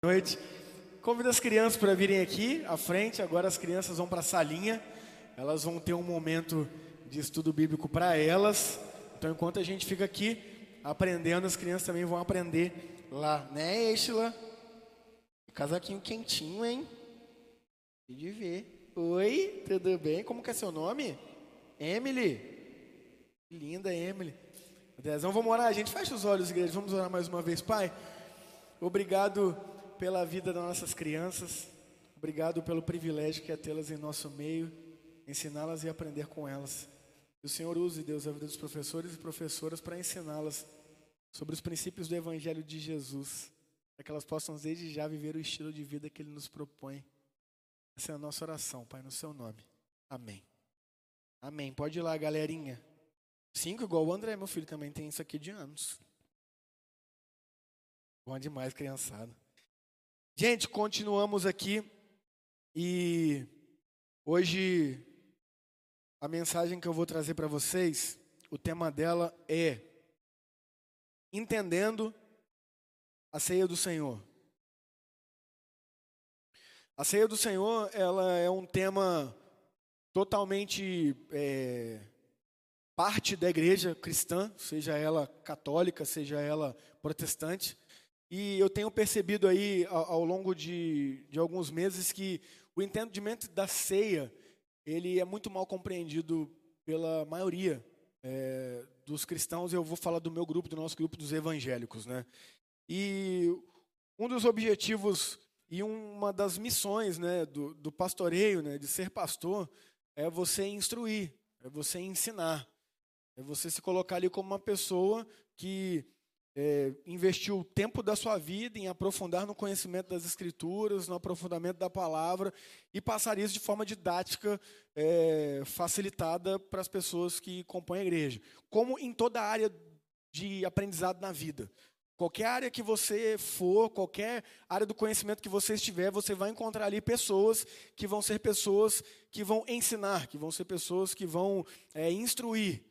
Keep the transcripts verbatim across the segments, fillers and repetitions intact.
Noite. Convido as crianças para virem aqui à frente. Agora as crianças vão para a salinha. Elas vão ter um momento de estudo bíblico para elas. Então, enquanto a gente fica aqui aprendendo, as crianças também vão aprender lá, né, Estila? Casaquinho quentinho, hein? De ver. Oi, tudo bem? Como que é seu nome? Emily. Que linda, Emily. Dezão, vamos orar? A gente fecha os olhos, igreja. Vamos orar mais uma vez, Pai. Obrigado pela vida das nossas crianças. Obrigado pelo privilégio que é tê-las em nosso meio, ensiná-las e aprender com elas. Que o Senhor use, Deus, a vida dos professores e professoras para ensiná-las sobre os princípios do Evangelho de Jesus, para que elas possam desde já viver o estilo de vida que Ele nos propõe. Essa é a nossa oração, Pai, no Seu nome. Amém. Amém. Pode ir lá, galerinha. Cinco, igual o André, meu filho, também tem isso aqui de anos. Bom demais, criançada. Gente, continuamos aqui e hoje a mensagem que eu vou trazer para vocês, o tema dela é Entendendo a Ceia do Senhor. A Ceia do Senhor, ela é um tema totalmente é, parte da igreja cristã, seja ela católica, seja ela protestante. E eu tenho percebido aí, ao, ao longo de, de alguns meses, que o entendimento da ceia, ele é muito mal compreendido pela maioria é, dos cristãos. Eu vou falar do meu grupo, do nosso grupo dos evangélicos, né? E um dos objetivos e uma das missões, né, do, do pastoreio, né, de ser pastor, é você instruir, é você ensinar, é você se colocar ali como uma pessoa que É, investiu o tempo da sua vida em aprofundar no conhecimento das Escrituras, no aprofundamento da palavra e passar isso de forma didática, é, facilitada para as pessoas que compõem a igreja. Como em toda área de aprendizado na vida. Qualquer área que você for, qualquer área do conhecimento que você estiver, você vai encontrar ali pessoas que vão ser pessoas que vão ensinar, que vão ser pessoas que vão é, instruir.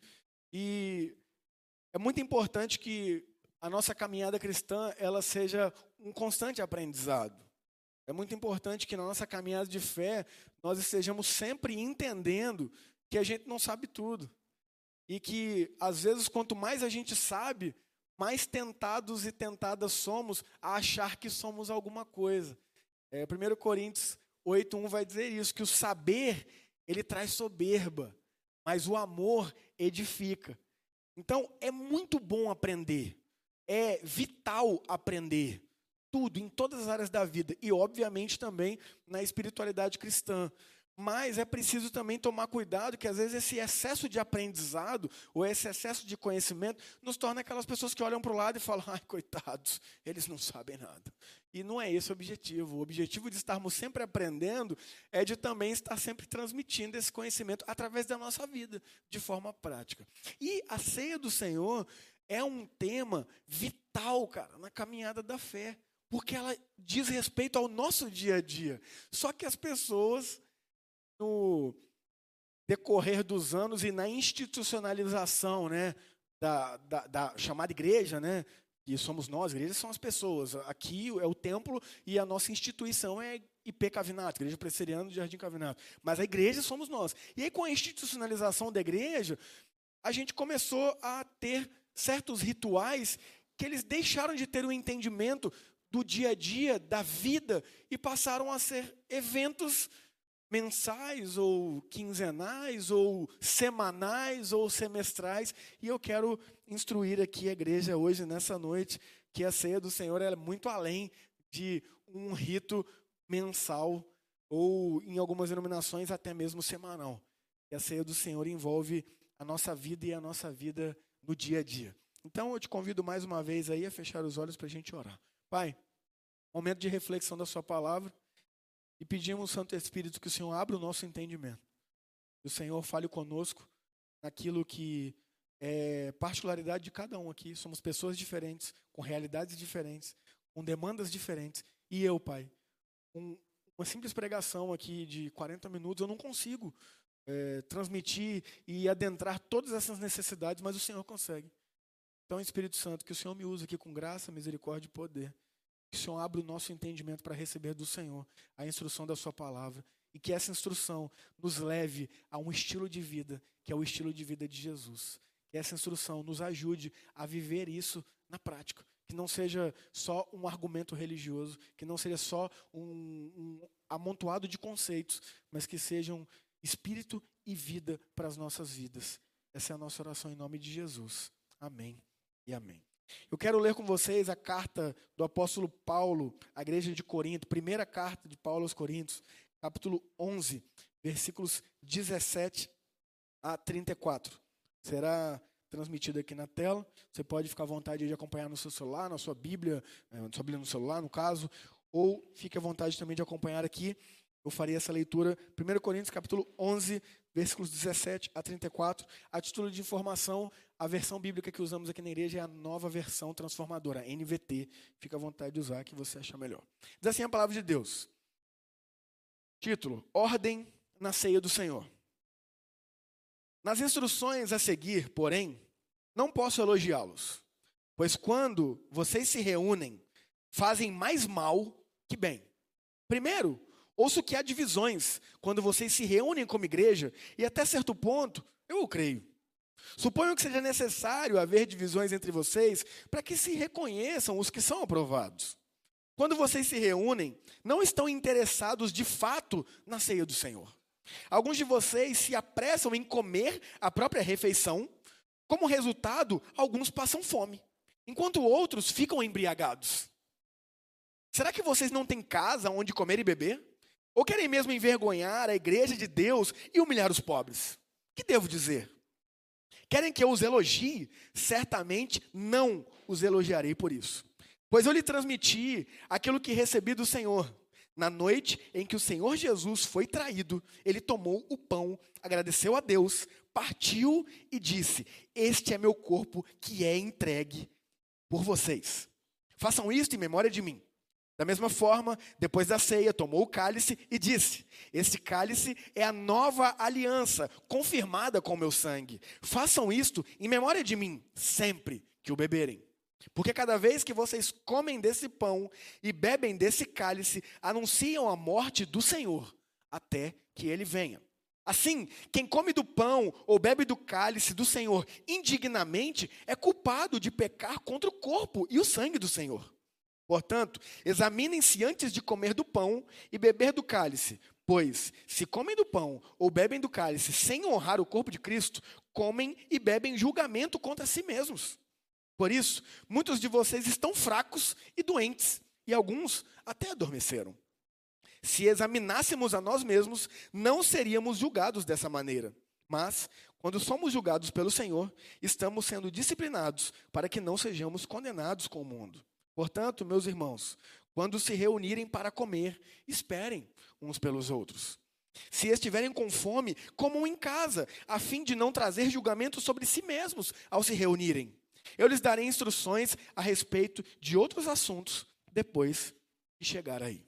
E é muito importante que a nossa caminhada cristã, ela seja um constante aprendizado. É muito importante que na nossa caminhada de fé, nós estejamos sempre entendendo que a gente não sabe tudo. E que, às vezes, quanto mais a gente sabe, mais tentados e tentadas somos a achar que somos alguma coisa. É, primeiro Coríntios oito, um vai dizer isso, que o saber, ele traz soberba, mas o amor edifica. Então, é muito bom aprender. É vital aprender tudo, em todas as áreas da vida. E, obviamente, também na espiritualidade cristã. Mas é preciso também tomar cuidado que, às vezes, esse excesso de aprendizado ou esse excesso de conhecimento nos torna aquelas pessoas que olham para o lado e falam, ai, coitados, eles não sabem nada. E não é esse o objetivo. O objetivo de estarmos sempre aprendendo é de também estar sempre transmitindo esse conhecimento através da nossa vida, de forma prática. E a ceia do Senhor é um tema vital, cara, na caminhada da fé, porque ela diz respeito ao nosso dia a dia. Só que as pessoas, no decorrer dos anos e na institucionalização, né, da, da, da chamada igreja, né, que somos nós, igrejas são as pessoas. Aqui é o templo e a nossa instituição é I P Cavinato, Igreja Presbiteriana do Jardim Cavinato. Mas a igreja somos nós. E aí, com a institucionalização da igreja, a gente começou a ter certos rituais que eles deixaram de ter o entendimento do dia a dia, da vida, e passaram a ser eventos mensais, ou quinzenais, ou semanais, ou semestrais. E eu quero instruir aqui a igreja hoje, nessa noite, que a ceia do Senhor é muito além de um rito mensal, ou em algumas denominações até mesmo semanal. E a ceia do Senhor envolve a nossa vida e a nossa vida no dia a dia. Então, eu te convido mais uma vez aí a fechar os olhos para a gente orar. Pai, momento de reflexão da sua palavra e pedimos, Santo Espírito, que o Senhor abra o nosso entendimento. Que o Senhor fale conosco naquilo que é particularidade de cada um aqui. Somos pessoas diferentes, com realidades diferentes, com demandas diferentes. E eu, Pai, com uma simples pregação aqui de quarenta minutos, eu não consigo É, transmitir e adentrar todas essas necessidades, mas o Senhor consegue. Então, Espírito Santo, que o Senhor me use aqui com graça, misericórdia e poder. Que o Senhor abra o nosso entendimento para receber do Senhor a instrução da sua palavra. E que essa instrução nos leve a um estilo de vida, que é o estilo de vida de Jesus. Que essa instrução nos ajude a viver isso na prática. Que não seja só um argumento religioso, que não seja só um, um amontoado de conceitos, mas que sejam espírito e vida para as nossas vidas. Essa é a nossa oração em nome de Jesus. Amém e amém. Eu quero ler com vocês a carta do apóstolo Paulo à igreja de Corinto, primeira carta de Paulo aos Coríntios, capítulo onze, versículos dezessete a trinta e quatro. Será transmitido aqui na tela. Você pode ficar à vontade de acompanhar no seu celular, na sua Bíblia, na sua Bíblia no celular, no caso, ou fique à vontade também de acompanhar aqui. Eu farei essa leitura, primeira Coríntios, capítulo onze, versículos dezessete a trinta e quatro. A título de informação, a versão bíblica que usamos aqui na igreja é a nova versão transformadora, N V T. Fica à vontade de usar, que você achar melhor. Diz assim a palavra de Deus. Título: Ordem na ceia do Senhor. Nas instruções a seguir, porém, não posso elogiá-los, pois quando vocês se reúnem, fazem mais mal que bem. Primeiro, ouço que há divisões quando vocês se reúnem como igreja, e até certo ponto, eu o creio. Suponho que seja necessário haver divisões entre vocês para que se reconheçam os que são aprovados. Quando vocês se reúnem, não estão interessados de fato na ceia do Senhor. Alguns de vocês se apressam em comer a própria refeição. Como resultado, alguns passam fome, enquanto outros ficam embriagados. Será que vocês não têm casa onde comer e beber? Ou querem mesmo envergonhar a igreja de Deus e humilhar os pobres? Que devo dizer? Querem que eu os elogie? Certamente não os elogiarei por isso. Pois eu lhe transmiti aquilo que recebi do Senhor. Na noite em que o Senhor Jesus foi traído, ele tomou o pão, agradeceu a Deus, partiu e disse: este é meu corpo que é entregue por vocês. Façam isto em memória de mim. Da mesma forma, depois da ceia, tomou o cálice e disse: este cálice é a nova aliança, confirmada com o meu sangue. Façam isto em memória de mim, sempre que o beberem. Porque cada vez que vocês comem desse pão e bebem desse cálice, anunciam a morte do Senhor, até que ele venha. Assim, quem come do pão ou bebe do cálice do Senhor indignamente, é culpado de pecar contra o corpo e o sangue do Senhor. Portanto, examinem-se antes de comer do pão e beber do cálice, pois, se comem do pão ou bebem do cálice sem honrar o corpo de Cristo, comem e bebem julgamento contra si mesmos. Por isso, muitos de vocês estão fracos e doentes, e alguns até adormeceram. Se examinássemos a nós mesmos, não seríamos julgados dessa maneira. Mas, quando somos julgados pelo Senhor, estamos sendo disciplinados para que não sejamos condenados com o mundo. Portanto, meus irmãos, quando se reunirem para comer, esperem uns pelos outros. Se estiverem com fome, comam em casa, a fim de não trazer julgamento sobre si mesmos ao se reunirem. Eu lhes darei instruções a respeito de outros assuntos depois de chegar aí.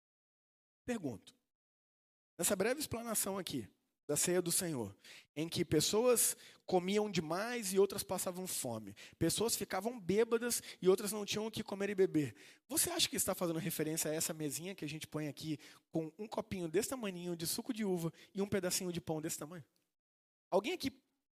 Pergunto, nessa breve explanação aqui, da ceia do Senhor, em que pessoas comiam demais e outras passavam fome, pessoas ficavam bêbadas e outras não tinham o que comer e beber, você acha que está fazendo referência a essa mesinha que a gente põe aqui com um copinho desse tamanhinho de suco de uva e um pedacinho de pão desse tamanho? Alguém aqui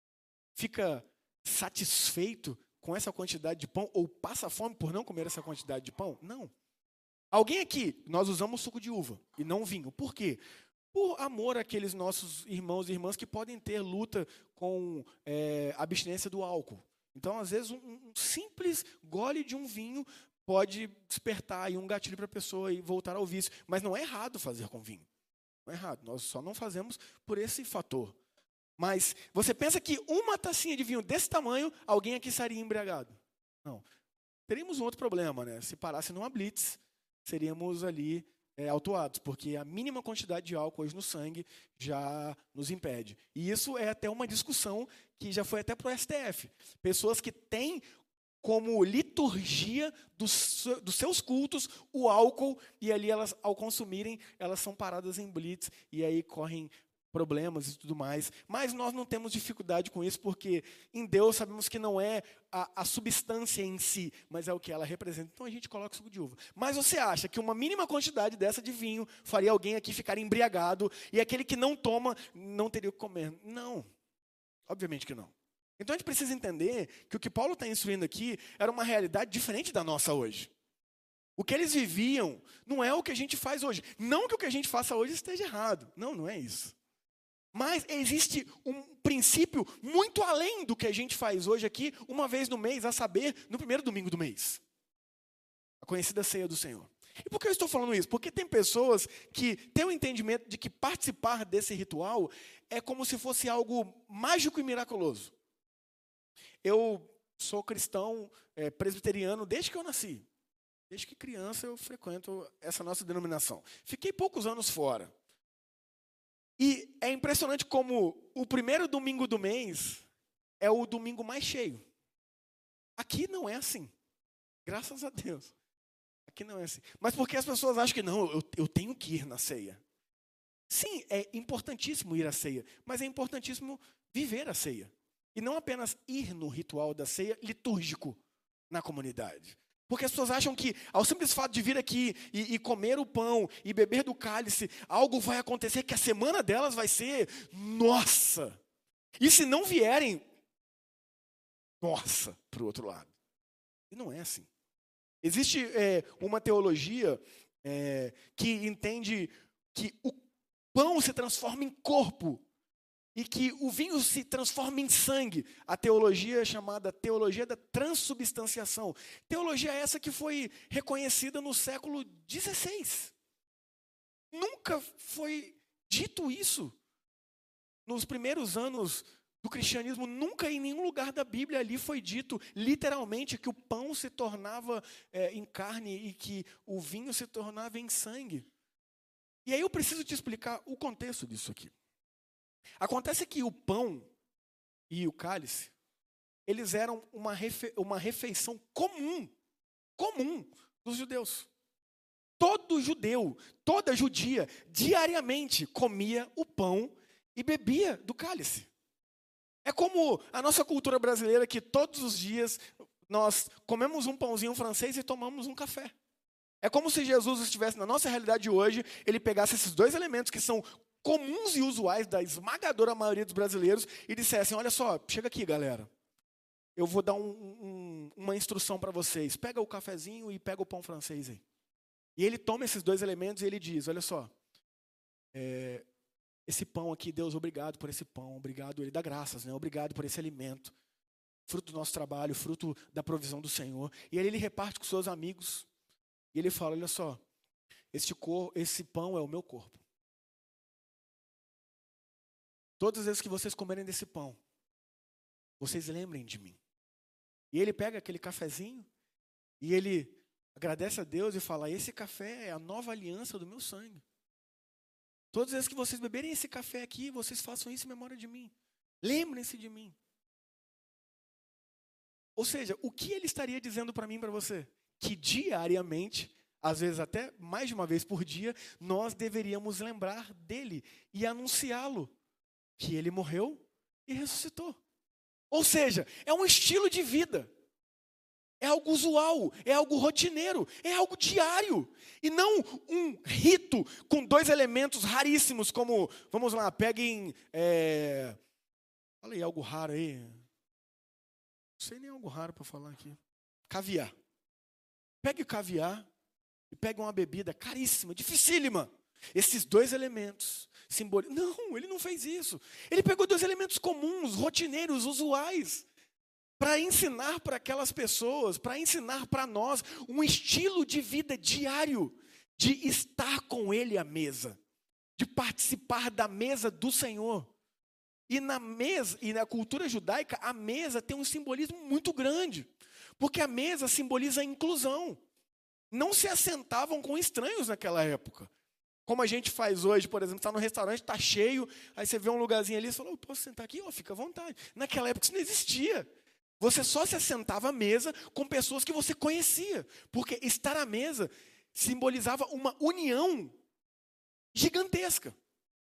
fica satisfeito com essa quantidade de pão ou passa fome por não comer essa quantidade de pão? Não. Alguém aqui, nós usamos suco de uva e não vinho. Por quê? Por amor àqueles nossos irmãos e irmãs que podem ter luta com é, abstinência do álcool. Então, às vezes, um, um simples gole de um vinho pode despertar aí um gatilho para a pessoa e voltar ao vício. Mas não é errado fazer com vinho. Não é errado. Nós só não fazemos por esse fator. Mas você pensa que uma tacinha de vinho desse tamanho, alguém aqui estaria embriagado? Não. Teríamos um outro problema, né? Se parasse numa blitz, seríamos ali é, autuados, porque a mínima quantidade de álcool hoje no sangue já nos impede. E isso é até uma discussão que já foi até para o S T F. Pessoas que têm como liturgia dos, dos seus cultos o álcool, e ali elas, ao consumirem, elas são paradas em blitz, e aí correm problemas e tudo mais, mas nós não temos dificuldade com isso, porque em Deus sabemos que não é a, a substância em si, mas é o que ela representa. Então a gente coloca suco de uva. Mas você acha que uma mínima quantidade dessa de vinho faria alguém aqui ficar embriagado, e aquele que não toma não teria o que comer? Não, obviamente que não. Então a gente precisa entender que o que Paulo está instruindo aqui era uma realidade diferente da nossa hoje. O que eles viviam não é o que a gente faz hoje. Não que o que a gente faça hoje esteja errado. Não, não é isso. Mas existe um princípio muito além do que a gente faz hoje aqui, uma vez no mês, a saber, no primeiro domingo do mês. A conhecida ceia do Senhor. E por que eu estou falando isso? Porque tem pessoas que têm o entendimento de que participar desse ritual é como se fosse algo mágico e miraculoso. Eu sou cristão é, presbiteriano desde que eu nasci. Desde que criança eu frequento essa nossa denominação. Fiquei poucos anos fora. E é impressionante como o primeiro domingo do mês é o domingo mais cheio. Aqui não é assim. Graças a Deus. Aqui não é assim. Mas porque as pessoas acham que não, eu, eu tenho que ir na ceia. Sim, é importantíssimo ir à ceia, mas é importantíssimo viver a ceia. E não apenas ir no ritual da ceia litúrgico na comunidade. Porque as pessoas acham que, ao simples fato de vir aqui e, e comer o pão e beber do cálice, algo vai acontecer que a semana delas vai ser, nossa! E se não vierem, nossa, para o outro lado. E não é assim. Existe é, uma teologia é, que entende que o pão se transforma em corpo e que o vinho se transforma em sangue. A teologia é chamada teologia da transubstanciação. Teologia essa que foi reconhecida no século dezesseis. Nunca foi dito isso. Nos primeiros anos do cristianismo, nunca em nenhum lugar da Bíblia ali foi dito literalmente que o pão se tornava é, em carne e que o vinho se tornava em sangue. E aí eu preciso te explicar o contexto disso aqui. Acontece que o pão e o cálice, eles eram uma, refe- uma refeição comum, comum dos judeus. Todo judeu, toda judia, diariamente comia o pão e bebia do cálice. É como a nossa cultura brasileira, que todos os dias nós comemos um pãozinho francês e tomamos um café. É como se Jesus estivesse na nossa realidade de hoje, ele pegasse esses dois elementos que são comuns e usuais da esmagadora maioria dos brasileiros e dissessem, olha só, chega aqui, galera. Eu vou dar um, um, uma instrução para vocês. Pega o cafezinho e pega o pão francês aí. E ele toma esses dois elementos e ele diz, olha só, é, esse pão aqui, Deus, obrigado por esse pão, obrigado, ele dá graças, né? Obrigado por esse alimento, fruto do nosso trabalho, fruto da provisão do Senhor. E aí ele reparte com seus amigos e ele fala, olha só, esse, cor, esse pão é o meu corpo. Todas as vezes que vocês comerem desse pão, vocês lembrem de mim. E ele pega aquele cafezinho e ele agradece a Deus e fala, esse café é a nova aliança do meu sangue. Todas as vezes que vocês beberem esse café aqui, vocês façam isso em memória de mim. Lembrem-se de mim. Ou seja, o que ele estaria dizendo para mim e para você? Que diariamente, às vezes até mais de uma vez por dia, nós deveríamos lembrar dele e anunciá-lo. Que ele morreu e ressuscitou. Ou seja, é um estilo de vida. É algo usual, é algo rotineiro, é algo diário. E não um rito com dois elementos raríssimos, como, vamos lá, peguem, é, fala aí algo raro aí. Não sei nem algo raro para falar aqui. Caviar. Pegue o caviar e pegue uma bebida caríssima, dificílima. Esses dois elementos simbolizam. Não, ele não fez isso. Ele pegou dois elementos comuns, rotineiros, usuais, para ensinar para aquelas pessoas, para ensinar para nós um estilo de vida diário, de estar com ele à mesa, de participar da mesa do Senhor. E na mesa, e na cultura judaica, a mesa tem um simbolismo muito grande, porque a mesa simboliza a inclusão. Não se assentavam com estranhos naquela época. Como a gente faz hoje, por exemplo, está no restaurante, está cheio, aí você vê um lugarzinho ali e fala, eu posso sentar aqui? Oh, fica à vontade. Naquela época isso não existia. Você só se assentava à mesa com pessoas que você conhecia, porque estar à mesa simbolizava uma união gigantesca.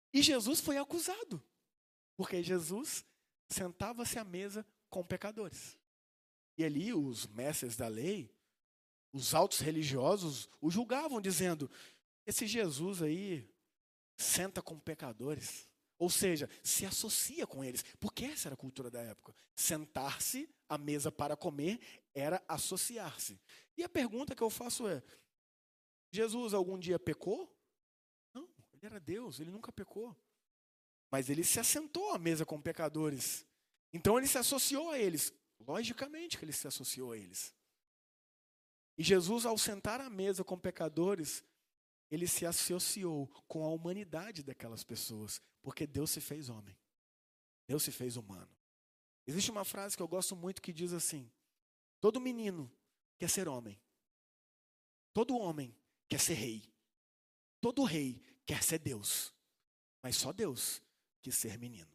E Jesus foi acusado, porque Jesus sentava-se à mesa com pecadores. E ali os mestres da lei, os altos religiosos, o julgavam, dizendo, esse Jesus aí senta com pecadores. Ou seja, se associa com eles, porque essa era a cultura da época. Sentar-se à mesa para comer era associar-se. E a pergunta que eu faço é, Jesus algum dia pecou? Não, ele era Deus, ele nunca pecou. Mas ele se assentou à mesa com pecadores. Então ele se associou a eles. Logicamente que ele se associou a eles. E Jesus, ao sentar à mesa com pecadores, ele se associou com a humanidade daquelas pessoas, porque Deus se fez homem. Deus se fez humano. Existe uma frase que eu gosto muito que diz assim, todo menino quer ser homem. Todo homem quer ser rei. Todo rei quer ser Deus. Mas só Deus quis ser menino.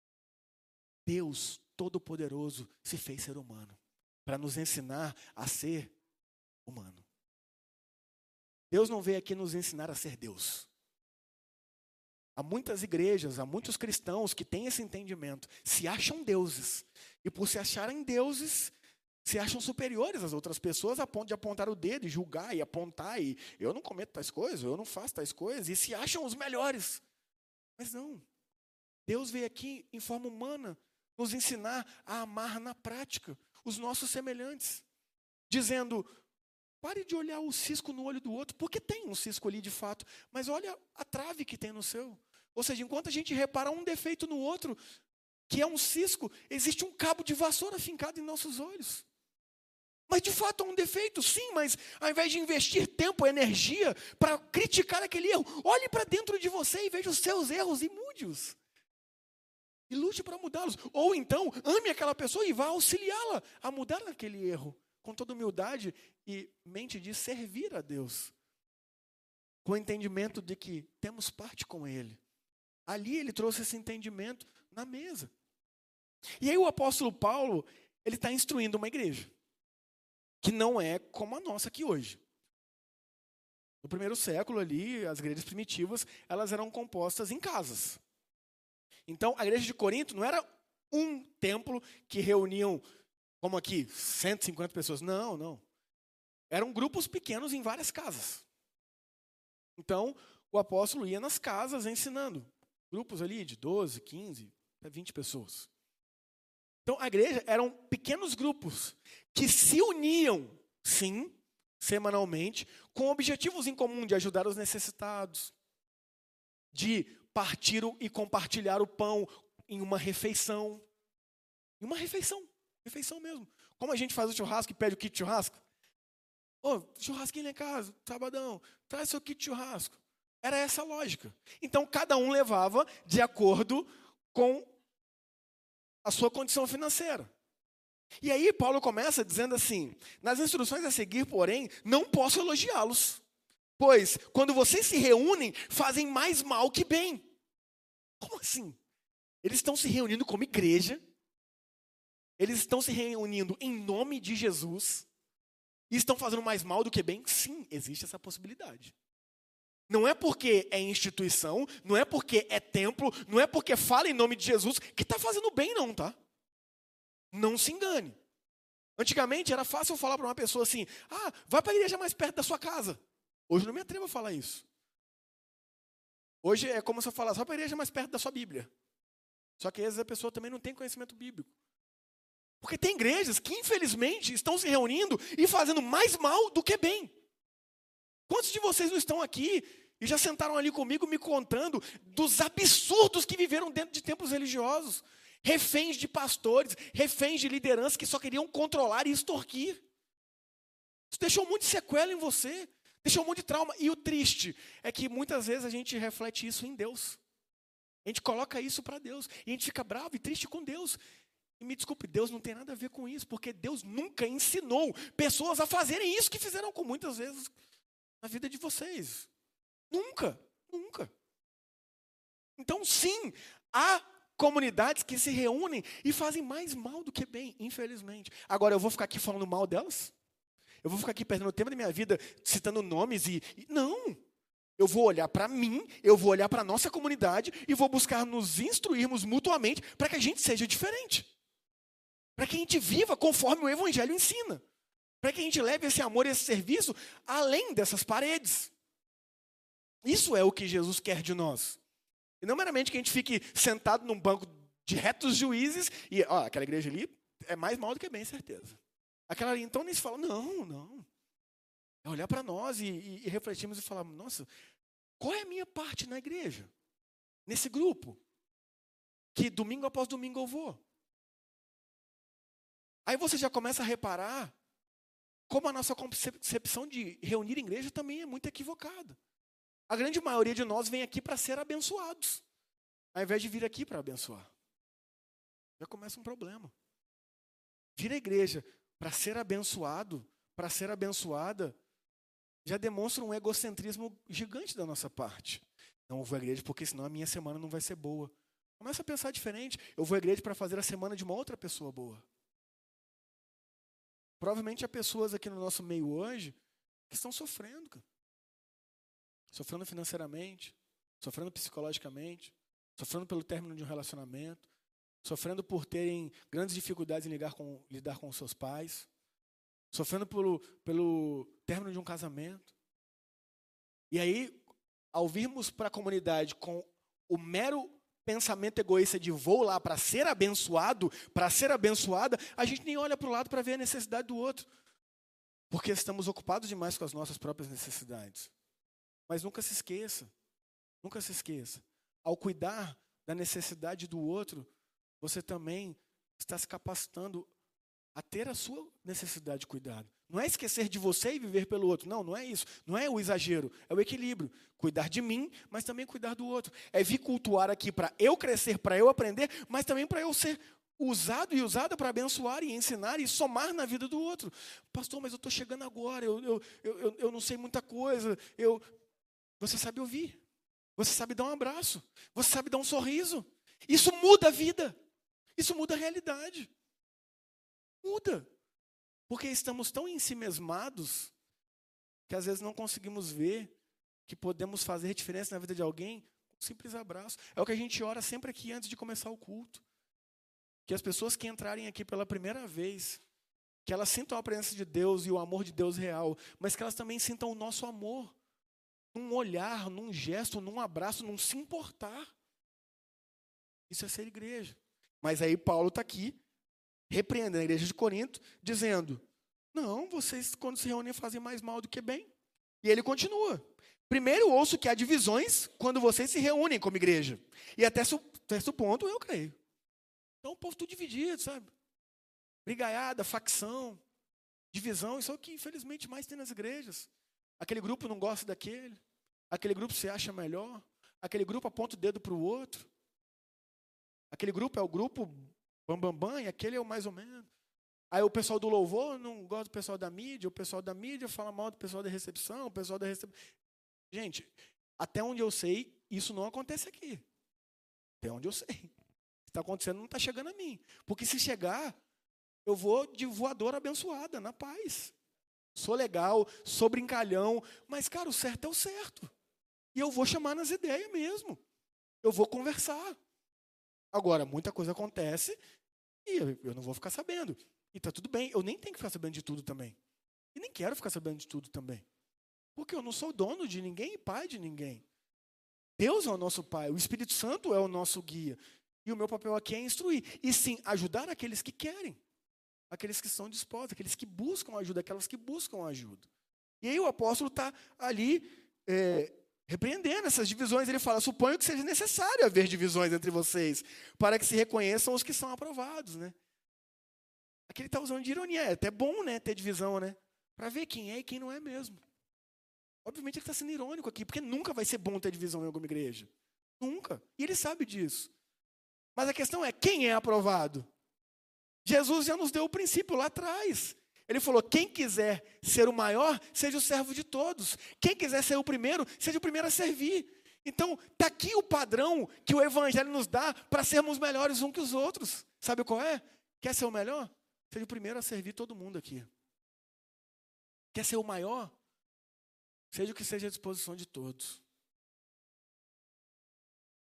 Deus Todo-Poderoso se fez ser humano, para nos ensinar a ser humano. Deus não veio aqui nos ensinar a ser Deus. Há muitas igrejas, há muitos cristãos que têm esse entendimento, se acham deuses. E por se acharem deuses, se acham superiores às outras pessoas a ponto de apontar o dedo e julgar e apontar. E eu não cometo tais coisas, eu não faço tais coisas. E se acham os melhores. Mas não. Deus veio aqui em forma humana nos ensinar a amar na prática os nossos semelhantes. Dizendo, pare de olhar o cisco no olho do outro, porque tem um cisco ali de fato, mas olha a trave que tem no seu. Ou seja, enquanto a gente repara um defeito no outro, que é um cisco, existe um cabo de vassoura fincado em nossos olhos. Mas de fato é um defeito, sim, mas ao invés de investir tempo, energia para criticar aquele erro, olhe para dentro de você e veja os seus erros e mude-os. E lute para mudá-los. Ou então, ame aquela pessoa e vá auxiliá-la a mudar aquele erro. Com toda humildade e mente de servir a Deus. Com o entendimento de que temos parte com Ele. Ali ele trouxe esse entendimento na mesa. E aí o apóstolo Paulo, ele está instruindo uma igreja. Que não é como a nossa aqui hoje. No primeiro século ali, as igrejas primitivas, elas eram compostas em casas. Então, a igreja de Corinto não era um templo que reuniam, como aqui, cento e cinquenta pessoas. Não, não. Eram grupos pequenos em várias casas. Então, o apóstolo ia nas casas ensinando. Grupos ali de doze, quinze, até vinte pessoas. Então, a igreja eram pequenos grupos que se uniam, sim, semanalmente, com objetivos em comum de ajudar os necessitados, de partir e compartilhar o pão em uma refeição. Em uma refeição, refeição mesmo. Como a gente faz o churrasco e pede o kit de churrasco. Ô, oh, churrasquinho lá em casa, sabadão, traz seu kit de churrasco. Era essa a lógica. Então, cada um levava de acordo com a sua condição financeira. E aí, Paulo começa dizendo assim, nas instruções a seguir, porém, não posso elogiá-los. Pois, quando vocês se reúnem, fazem mais mal que bem. Como assim? Eles estão se reunindo como igreja, eles estão se reunindo em nome de Jesus, e estão fazendo mais mal do que bem? Sim, existe essa possibilidade. Não é porque é instituição, não é porque é templo, não é porque fala em nome de Jesus, que está fazendo bem não, tá? Não se engane. Antigamente era fácil eu falar para uma pessoa assim, ah, vai para a igreja mais perto da sua casa. Hoje eu não me atrevo a falar isso. Hoje é como se eu falasse, vai para a igreja mais perto da sua Bíblia. Só que às vezes a pessoa também não tem conhecimento bíblico. Porque tem igrejas que, infelizmente, estão se reunindo e fazendo mais mal do que bem. Quantos de vocês não estão aqui e já sentaram ali comigo me contando dos absurdos que viveram dentro de templos religiosos? Reféns de pastores, reféns de liderança que só queriam controlar e extorquir. Isso deixou muito sequela em você. Deixou um monte de trauma. E o triste é que muitas vezes a gente reflete isso em Deus. A gente coloca isso para Deus. E a gente fica bravo e triste com Deus. E me desculpe, Deus não tem nada a ver com isso. Porque Deus nunca ensinou pessoas a fazerem isso que fizeram com muitas vezes na vida de vocês. Nunca, nunca. Então sim, há comunidades que se reúnem e fazem mais mal do que bem, infelizmente. Agora eu vou ficar aqui falando mal delas? Eu vou ficar aqui perdendo o tempo da minha vida, citando nomes e... e não! Eu vou olhar para mim, eu vou olhar para a nossa comunidade e vou buscar nos instruirmos mutuamente para que a gente seja diferente. Para que a gente viva conforme o Evangelho ensina. Para que a gente leve esse amor e esse serviço além dessas paredes. Isso é o que Jesus quer de nós. E não meramente que a gente fique sentado num banco de retos juízes e, ó, aquela igreja ali é mais mal do que bem, certeza. Aquela ali, então, nem se fala, não, não. É olhar para nós e, e, e refletirmos e falar, nossa, qual é a minha parte na igreja? Nesse grupo? Que domingo após domingo eu vou. Aí você já começa a reparar como a nossa concepção de reunir igreja também é muito equivocada. A grande maioria de nós vem aqui para ser abençoados, ao invés de vir aqui para abençoar. Já começa um problema. Vir à igreja para ser abençoado, para ser abençoada, já demonstra um egocentrismo gigante da nossa parte. Não, eu vou à igreja porque senão a minha semana não vai ser boa. Começa a pensar diferente. Eu vou à igreja para fazer a semana de uma outra pessoa boa. Provavelmente há pessoas aqui no nosso meio hoje que estão sofrendo, cara. Sofrendo financeiramente, sofrendo psicologicamente, sofrendo pelo término de um relacionamento, sofrendo por terem grandes dificuldades em lidar com, lidar com os seus pais, sofrendo pelo, pelo término de um casamento. E aí, ao virmos para a comunidade com o mero pensamento egoísta de vou lá para ser abençoado, para ser abençoada, a gente nem olha para o lado para ver a necessidade do outro. Porque estamos ocupados demais com as nossas próprias necessidades. Mas nunca se esqueça, nunca se esqueça. Ao cuidar da necessidade do outro, você também está se capacitando a ter a sua necessidade de cuidado. Não é esquecer de você e viver pelo outro. Não, não é isso. Não é o exagero. É o equilíbrio. Cuidar de mim, mas também cuidar do outro. É vir cultuar aqui para eu crescer, para eu aprender, mas também para eu ser usado e usada para abençoar e ensinar e somar na vida do outro. Pastor, mas eu estou chegando agora, eu, eu, eu, eu não sei muita coisa. Eu... Você sabe ouvir. Você sabe dar um abraço. Você sabe dar um sorriso. Isso muda a vida. Isso muda a realidade. Muda. Porque estamos tão ensimesmados que às vezes não conseguimos ver que podemos fazer diferença na vida de alguém com um simples abraço. É o que a gente ora sempre aqui antes de começar o culto. Que as pessoas que entrarem aqui pela primeira vez, que elas sintam a presença de Deus e o amor de Deus real, mas que elas também sintam o nosso amor. Num olhar, num gesto, num abraço, num se importar. Isso é ser igreja. Mas aí Paulo está aqui, repreendendo a igreja de Corinto, dizendo, não, vocês quando se reúnem fazem mais mal do que bem. E ele continua. Primeiro ouço que há divisões quando vocês se reúnem como igreja. E até certo ponto eu creio. Então o povo tudo dividido, sabe? Brigaiada, facção, divisão, isso é o que infelizmente mais tem nas igrejas. Aquele grupo não gosta daquele. Aquele grupo se acha melhor. Aquele grupo aponta o dedo para o outro. Aquele grupo é o grupo bambambam bam, bam, e aquele é o mais ou menos. Aí o pessoal do louvor não gosta do pessoal da mídia. O pessoal da mídia fala mal do pessoal da recepção. O pessoal da recepção... Gente, até onde eu sei, isso não acontece aqui. Até onde eu sei. O que está acontecendo não está chegando a mim. Porque se chegar, eu vou de voadora abençoada, na paz. Sou legal, sou brincalhão, mas, cara, o certo é o certo. E eu vou chamar nas ideias mesmo. Eu vou conversar. Agora, muita coisa acontece e eu, eu não vou ficar sabendo. E tá tudo bem, eu nem tenho que ficar sabendo de tudo também. E nem quero ficar sabendo de tudo também. Porque eu não sou dono de ninguém e pai de ninguém. Deus é o nosso pai, o Espírito Santo é o nosso guia. E o meu papel aqui é instruir. E sim, ajudar aqueles que querem. Aqueles que estão dispostos, aqueles que buscam ajuda, aquelas que buscam ajuda. E aí o apóstolo está ali é, repreendendo essas divisões. Ele fala, suponho que seja necessário haver divisões entre vocês, para que se reconheçam os que são aprovados. Né? Aqui ele está usando de ironia. É até bom, né, ter divisão, né? Para ver quem é e quem não é mesmo. Obviamente ele está sendo irônico aqui, porque nunca vai ser bom ter divisão em alguma igreja. Nunca. E ele sabe disso. Mas a questão é, quem é aprovado? Jesus já nos deu o princípio lá atrás. Ele falou, quem quiser ser o maior, seja o servo de todos. Quem quiser ser o primeiro, seja o primeiro a servir. Então, está aqui o padrão que o Evangelho nos dá para sermos melhores uns que os outros. Sabe qual é? Quer ser o melhor? Seja o primeiro a servir todo mundo aqui. Quer ser o maior? Seja o que seja à disposição de todos.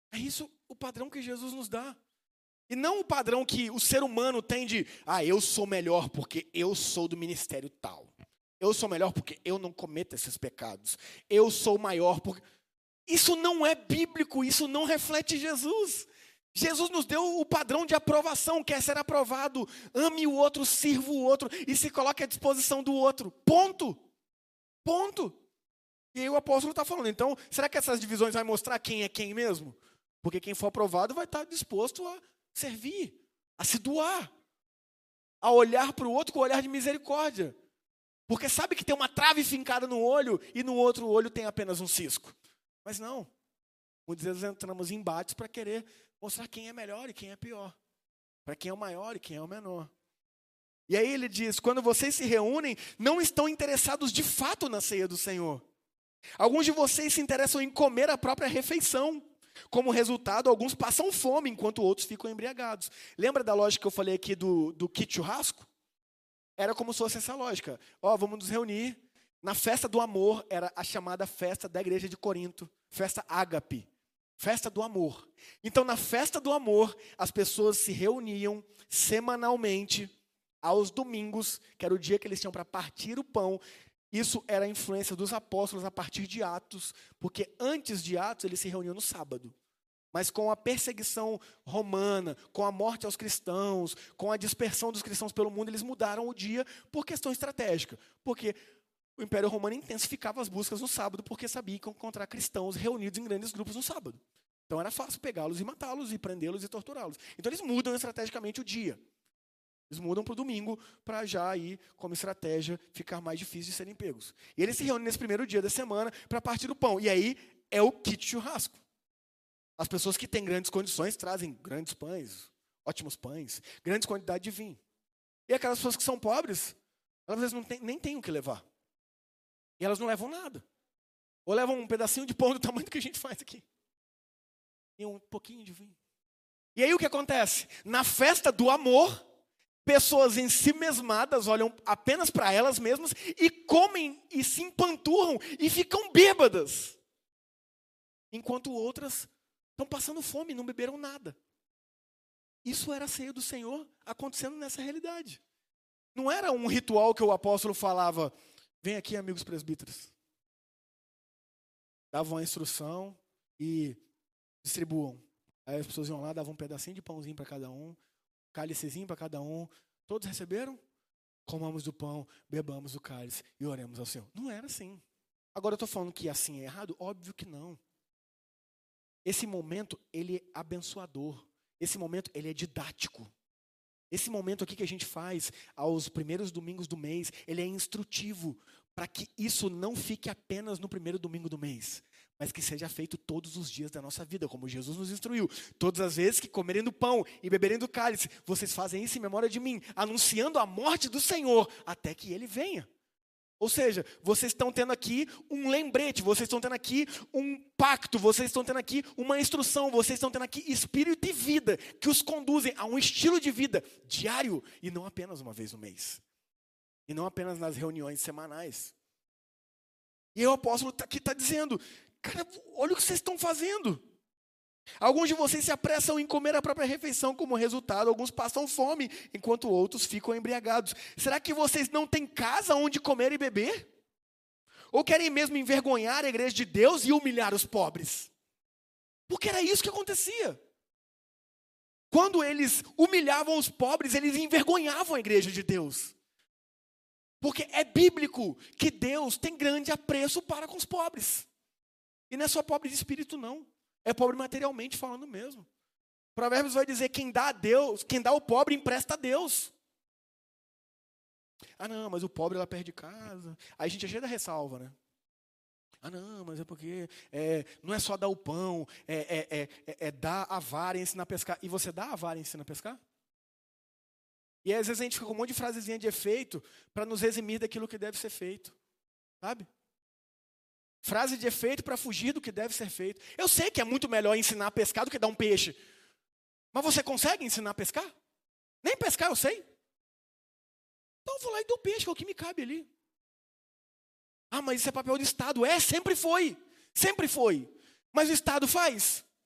É isso o padrão que Jesus nos dá. E não o padrão que o ser humano tem de, ah, eu sou melhor porque eu sou do ministério tal. Eu sou melhor porque eu não cometo esses pecados. Eu sou maior porque... Isso não é bíblico, isso não reflete Jesus. Jesus nos deu o padrão de aprovação, quer ser aprovado. Ame o outro, sirva o outro e se coloque à disposição do outro. Ponto. Ponto. E aí o apóstolo está falando, então, será que essas divisões vão mostrar quem é quem mesmo? Porque quem for aprovado vai estar disposto a servir, a se doar, a olhar para o outro com olhar de misericórdia. Porque sabe que tem uma trave fincada no olho e no outro olho tem apenas um cisco. Mas não. Muitas vezes entramos em embates para querer mostrar quem é melhor e quem é pior. Para quem é o maior e quem é o menor. E aí ele diz, quando vocês se reúnem, não estão interessados de fato na ceia do Senhor. Alguns de vocês se interessam em comer a própria refeição. Como resultado, alguns passam fome, enquanto outros ficam embriagados. Lembra da lógica que eu falei aqui do, do kit churrasco? Era como se fosse essa lógica. Ó, vamos nos reunir. Na festa do amor, era a chamada festa da igreja de Corinto. Festa ágape. Festa do amor. Então, na festa do amor, as pessoas se reuniam semanalmente, aos domingos, que era o dia que eles tinham para partir o pão. Isso era a influência dos apóstolos a partir de Atos, porque antes de Atos eles se reuniam no sábado. Mas com a perseguição romana, com a morte aos cristãos, com a dispersão dos cristãos pelo mundo, eles mudaram o dia por questão estratégica. Porque o Império Romano intensificava as buscas no sábado, porque sabia que iam encontrar cristãos reunidos em grandes grupos no sábado. Então era fácil pegá-los e matá-los, e prendê-los e torturá-los. Então eles mudam estrategicamente o dia. Eles mudam para o domingo para já aí, como estratégia, ficar mais difícil de serem pegos. E eles se reúnem nesse primeiro dia da semana para partir o pão. E aí é o kit churrasco. As pessoas que têm grandes condições trazem grandes pães, ótimos pães, grandes quantidades de vinho. E aquelas pessoas que são pobres, elas às vezes não tem, nem têm o que levar. E elas não levam nada. Ou levam um pedacinho de pão do tamanho do que a gente faz aqui. E um pouquinho de vinho. E aí o que acontece? Na festa do amor, pessoas em si mesmadas olham apenas para elas mesmas e comem e se empanturram e ficam bêbadas. Enquanto outras estão passando fome e não beberam nada. Isso era a ceia do Senhor acontecendo nessa realidade. Não era um ritual que o apóstolo falava, vem aqui amigos presbíteros. Davam a instrução e distribuam. Aí as pessoas iam lá, davam um pedacinho de pãozinho para cada um, cálicezinho para cada um. Todos receberam? Comamos do pão, bebamos do cálice e oremos ao Senhor. Não era assim. Agora eu estou falando que assim é errado? Óbvio que não. Esse momento, ele é abençoador. Esse momento, ele é didático. Esse momento aqui que a gente faz aos primeiros domingos do mês, ele é instrutivo para que isso não fique apenas no primeiro domingo do mês, mas que seja feito todos os dias da nossa vida, como Jesus nos instruiu. Todas as vezes que comerem do pão e beberem do cálice, vocês fazem isso em memória de mim, anunciando a morte do Senhor, até que Ele venha. Ou seja, vocês estão tendo aqui um lembrete, vocês estão tendo aqui um pacto, vocês estão tendo aqui uma instrução, vocês estão tendo aqui espírito e vida, que os conduzem a um estilo de vida diário, e não apenas uma vez no mês. E não apenas nas reuniões semanais. E aí o apóstolo aqui está dizendo, cara, olha o que vocês estão fazendo. Alguns de vocês se apressam em comer a própria refeição, como resultado, alguns passam fome, enquanto outros ficam embriagados. Será que vocês não têm casa onde comer e beber? Ou querem mesmo envergonhar a igreja de Deus e humilhar os pobres? Porque era isso que acontecia. Quando eles humilhavam os pobres, eles envergonhavam a igreja de Deus. Porque é bíblico que Deus tem grande apreço para com os pobres. E não é só pobre de espírito, não. É pobre materialmente falando mesmo. Provérbios vai dizer, quem dá a Deus, quem dá ao pobre empresta a Deus. Ah não, mas o pobre ela perde casa. Aí a gente é cheio da ressalva, né? Ah não, mas é porque é, não é só dar o pão, é, é, é, é, é dar a vara e ensinar a pescar. E você dá a vara e ensina a pescar? E aí, às vezes a gente fica com um monte de frasezinha de efeito para nos eximir daquilo que deve ser feito. Sabe? Frase de efeito para fugir do que deve ser feito. Eu sei que é muito melhor ensinar a pescar do que dar um peixe. Mas você consegue ensinar a pescar? Nem pescar eu sei. Então eu vou lá e dou peixe, que é o que me cabe ali. Ah, mas isso é papel do Estado. É, sempre foi. Sempre foi. Mas o Estado faz?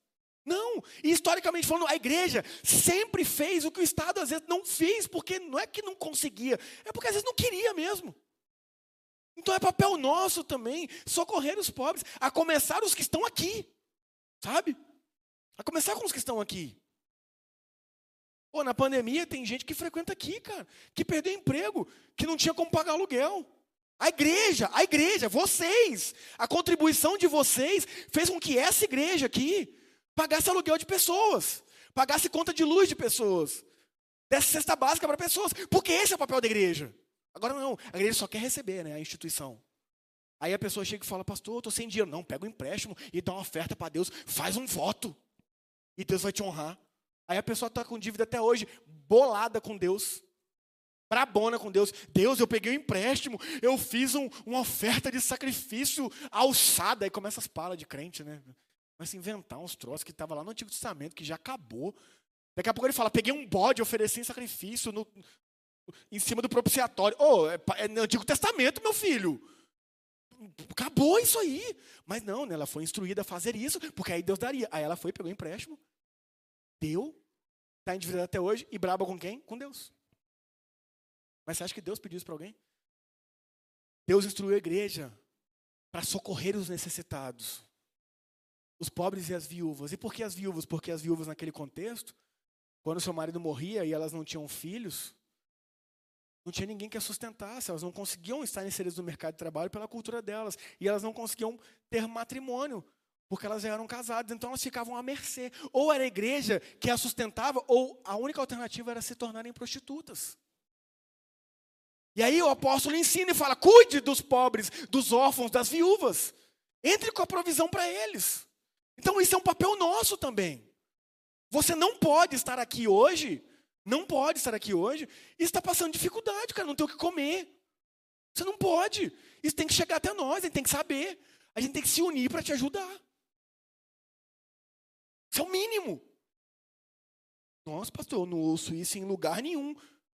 Não, e historicamente falando, a igreja sempre fez o que o Estado às vezes não fez, porque não é que não conseguia, é porque às vezes não queria mesmo. Então é papel nosso também socorrer os pobres, a começar os que estão aqui, sabe? A começar com os que estão aqui. Pô, na pandemia tem gente que frequenta aqui, cara, que perdeu emprego, que não tinha como pagar aluguel. A igreja, a igreja, vocês, a contribuição de vocês fez com que essa igreja aqui pagasse aluguel de pessoas, pagasse conta de luz de pessoas, desse cesta básica para pessoas, porque esse é o papel da igreja. Agora não, a igreja só quer receber, né, a instituição. Aí a pessoa chega e fala, pastor, eu estou sem dinheiro. Não, pega um empréstimo e dá uma oferta para Deus, faz um voto, e Deus vai te honrar. Aí a pessoa está com dívida até hoje, bolada com Deus, brabona com Deus. Deus, eu peguei um empréstimo, eu fiz um, uma oferta de sacrifício alçada. Aí começa as palas de crente, né? Começa a inventar uns troços que estavam lá no Antigo Testamento, que já acabou. Daqui a pouco ele fala, peguei um bode, ofereci em sacrifício no, em cima do propiciatório. Oh, é, é no Antigo Testamento, meu filho. Acabou isso aí. Mas não, né, ela foi instruída a fazer isso, porque aí Deus daria. Aí ela foi, pegou um empréstimo, deu, está endividada até hoje, e braba com quem? Com Deus. Mas você acha que Deus pediu isso para alguém? Deus instruiu a igreja para socorrer os necessitados, os pobres e as viúvas. E por que as viúvas? Porque as viúvas naquele contexto, quando seu marido morria e elas não tinham filhos, não tinha ninguém que as sustentasse, elas não conseguiam estar inseridas no mercado de trabalho pela cultura delas, e elas não conseguiam ter matrimônio, porque elas já eram casadas, então elas ficavam à mercê. Ou era a igreja que as sustentava, ou a única alternativa era se tornarem prostitutas. E aí o apóstolo ensina e fala, cuide dos pobres, dos órfãos, das viúvas. Entre com a provisão para eles. Então isso é um papel nosso também. Você não pode estar aqui hoje, não pode estar aqui hoje, e está passando dificuldade, cara, não tem o que comer. Você não pode. Isso tem que chegar até nós, a gente tem que saber. A gente tem que se unir para te ajudar. Isso é o mínimo. Nossa, pastor, eu não ouço isso em lugar nenhum.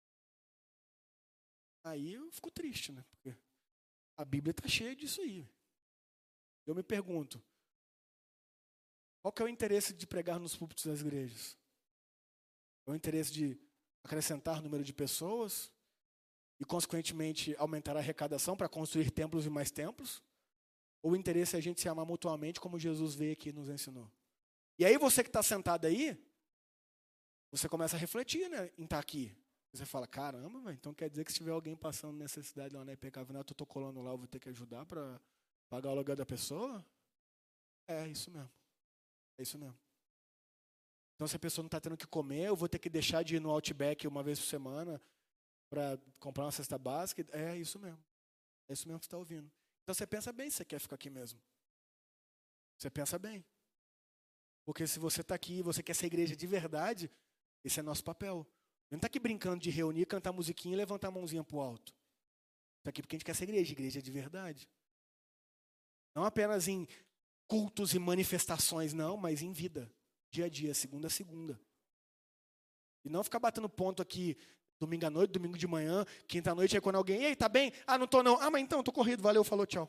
Aí eu fico triste, né? Porque a Bíblia está cheia disso aí. Eu me pergunto, qual que é o interesse de pregar nos púlpitos das igrejas? É o interesse de acrescentar número de pessoas e, consequentemente, aumentar a arrecadação para construir templos e mais templos? Ou o interesse é a gente se amar mutuamente, como Jesus veio aqui e nos ensinou? E aí você que está sentado aí, você começa a refletir, né, em estar aqui. Você fala, caramba, véio, então quer dizer que se tiver alguém passando necessidade lá na I P K, eu estou colando lá, eu vou ter que ajudar para pagar o aluguel da pessoa? É isso mesmo. É isso mesmo. Então, se a pessoa não está tendo o que comer, eu vou ter que deixar de ir no Outback uma vez por semana para comprar uma cesta básica. É isso mesmo. É isso mesmo que você está ouvindo. Então, você pensa bem se você quer ficar aqui mesmo. Você pensa bem. Porque se você está aqui e você quer ser igreja de verdade, esse é nosso papel. Não está aqui brincando de reunir, cantar musiquinha e levantar a mãozinha para o alto. Está aqui porque a gente quer ser igreja, igreja de verdade. Não apenas em cultos e manifestações, não, mas em vida. Dia a dia, segunda a segunda. E não ficar batendo ponto aqui domingo à noite, domingo de manhã, quinta à noite, aí quando alguém, ei, tá bem? Ah, não tô não. Ah, mas então, tô corrido, valeu, falou, tchau.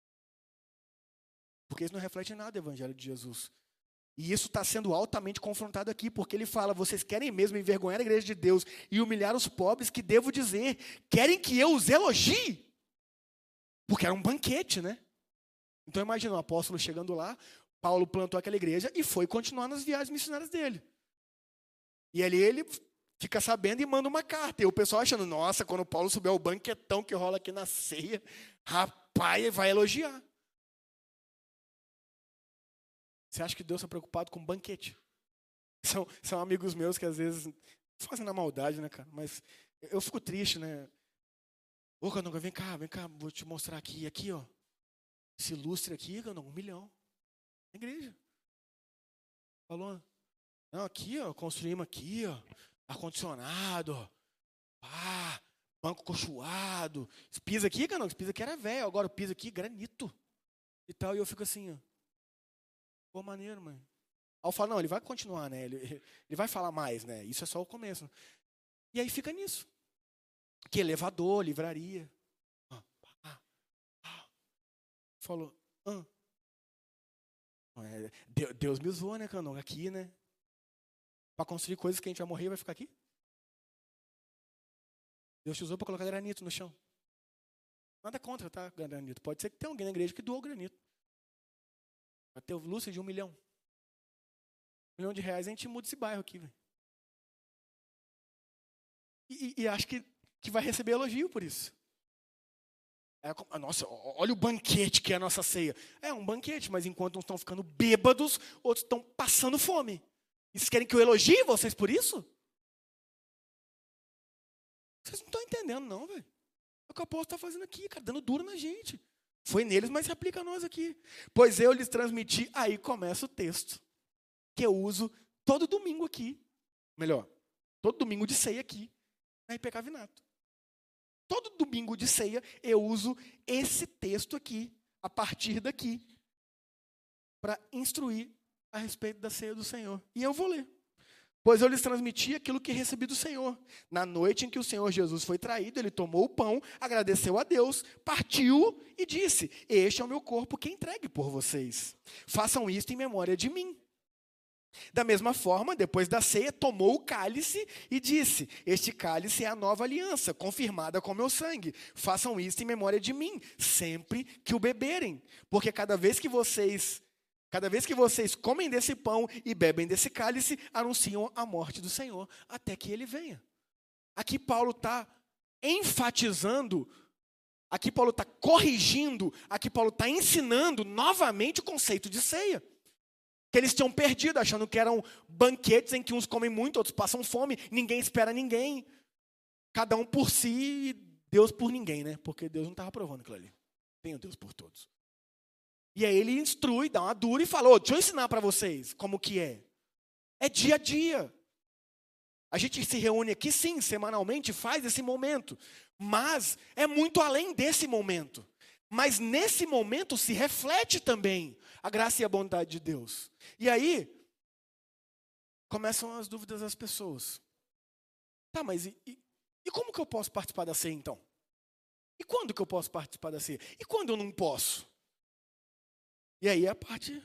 Porque isso não reflete nada do Evangelho de Jesus. E isso está sendo altamente confrontado aqui, porque ele fala, vocês querem mesmo envergonhar a igreja de Deus e humilhar os pobres, que devo dizer, querem que eu os elogie? Porque era um banquete, né? Então imagina o apóstolo chegando lá, Paulo plantou aquela igreja e foi continuar nas viagens missionárias dele. E ali ele fica sabendo e manda uma carta. E o pessoal achando, nossa, quando Paulo subir ao banquetão que rola aqui na ceia, rapaz, vai elogiar. Você acha que Deus está preocupado com banquete? São, são amigos meus que às vezes fazem na maldade, né, cara? Mas eu fico triste, né? Ô, Canonga, vem cá, vem cá, vou te mostrar aqui. Aqui, ó. Esse lustre aqui, Canonga, um milhão. Na igreja. Falou. Não, aqui, ó, construímos aqui, ó. Ar-condicionado, ó. Ah, banco cochoado. Esse piso aqui, Canonga, esse piso aqui era velho. Agora o piso aqui, granito. E tal, e eu fico assim, ó. Pô, maneiro, mãe. Aí eu falo, não, ele vai continuar, né? Ele, ele vai falar mais, né? Isso é só o começo. E aí fica nisso. Que elevador, livraria. Ah, ah, ah. Falou, ah. É, Deus me usou, né, Candonga? Aqui, né? Para construir coisas que a gente vai morrer e vai ficar aqui. Deus te usou para colocar granito no chão. Nada contra, tá, granito. Pode ser que tenha alguém na igreja que doou granito. Vai ter o Lúcio de um milhão. Um milhão de reais, a gente muda esse bairro aqui, velho. E, e, e acho que, que vai receber elogio por isso. É, nossa, olha o banquete que é a nossa ceia. É um banquete, mas enquanto uns estão ficando bêbados, outros estão passando fome. E vocês querem que eu elogie vocês por isso? Vocês não estão entendendo, não, velho. É o que o apóstolo está fazendo aqui, cara, dando duro na gente. Foi neles, mas se aplica a nós aqui. Pois eu lhes transmiti, aí começa o texto, que eu uso todo domingo aqui. Melhor, todo domingo de ceia aqui, na I P Cavinato. Todo domingo de ceia eu uso esse texto aqui, a partir daqui, para instruir a respeito da ceia do Senhor. E eu vou ler. Pois eu lhes transmiti aquilo que recebi do Senhor. Na noite em que o Senhor Jesus foi traído, ele tomou o pão, agradeceu a Deus, partiu e disse: este é o meu corpo que é entregue por vocês. Façam isto em memória de mim. Da mesma forma, depois da ceia, tomou o cálice e disse: este cálice é a nova aliança, confirmada com meu sangue. Façam isto em memória de mim, sempre que o beberem. Porque cada vez que vocês... Cada vez que vocês comem desse pão e bebem desse cálice, anunciam a morte do Senhor, até que ele venha. Aqui Paulo está enfatizando, aqui Paulo está corrigindo, aqui Paulo está ensinando novamente o conceito de ceia. Que eles tinham perdido, achando que eram banquetes em que uns comem muito, outros passam fome, ninguém espera ninguém. Cada um por si e Deus por ninguém, né? Porque Deus não estava provando aquilo ali. Tem o Deus por todos. E aí ele instrui, dá uma dura e fala: oh, deixa eu ensinar para vocês como que é. É dia a dia. A gente se reúne aqui, sim, semanalmente, faz esse momento. Mas é muito além desse momento. Mas nesse momento se reflete também a graça e a bondade de Deus. E aí, começam as dúvidas das pessoas. Tá, mas e, e, e como que eu posso participar da ceia, então? E quando que eu posso participar da ceia? E quando eu não posso? E aí a parte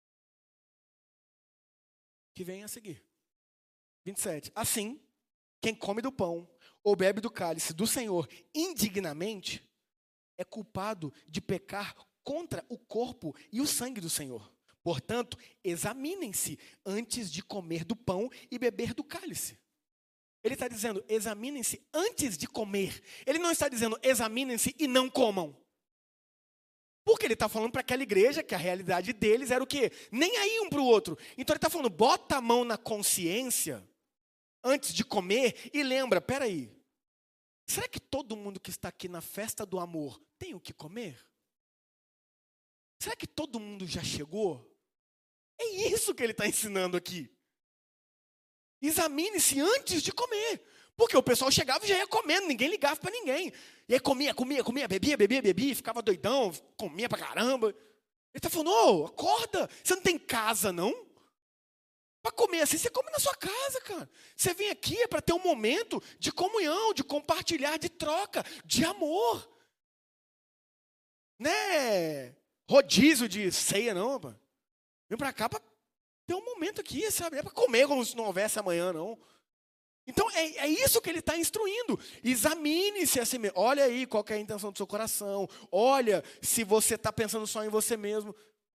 que vem a seguir. vinte e sete. Assim, quem come do pão ou bebe do cálice do Senhor indignamente é culpado de pecar contra o corpo e o sangue do Senhor. Portanto, examinem-se antes de comer do pão e beber do cálice. Ele está dizendo, examinem-se antes de comer. Ele não está dizendo, examinem-se e não comam. Porque ele está falando para aquela igreja que a realidade deles era o quê? Nem aí um para o outro. Então ele está falando, bota a mão na consciência antes de comer e lembra, peraí, será que todo mundo que está aqui na festa do amor tem o que comer? Será que todo mundo já chegou? É isso que ele está ensinando aqui. Examine-se antes de comer. Porque o pessoal chegava e já ia comendo, ninguém ligava para ninguém. E aí comia, comia, comia, bebia, bebia, bebia, ficava doidão, comia pra caramba. Ele está falando, ô, acorda, você não tem casa, não? Para comer assim, você come na sua casa, cara. Você vem aqui é para ter um momento de comunhão, de compartilhar, de troca, de amor. Não é rodízio de ceia, não, pá. Vem para cá para ter um momento aqui, sabe? É para comer como se não houvesse amanhã, não. Então, é, é isso que ele está instruindo. Examine-se assim mesmo. Olha aí qual que é a intenção do seu coração. Olha se você está pensando só em você mesmo.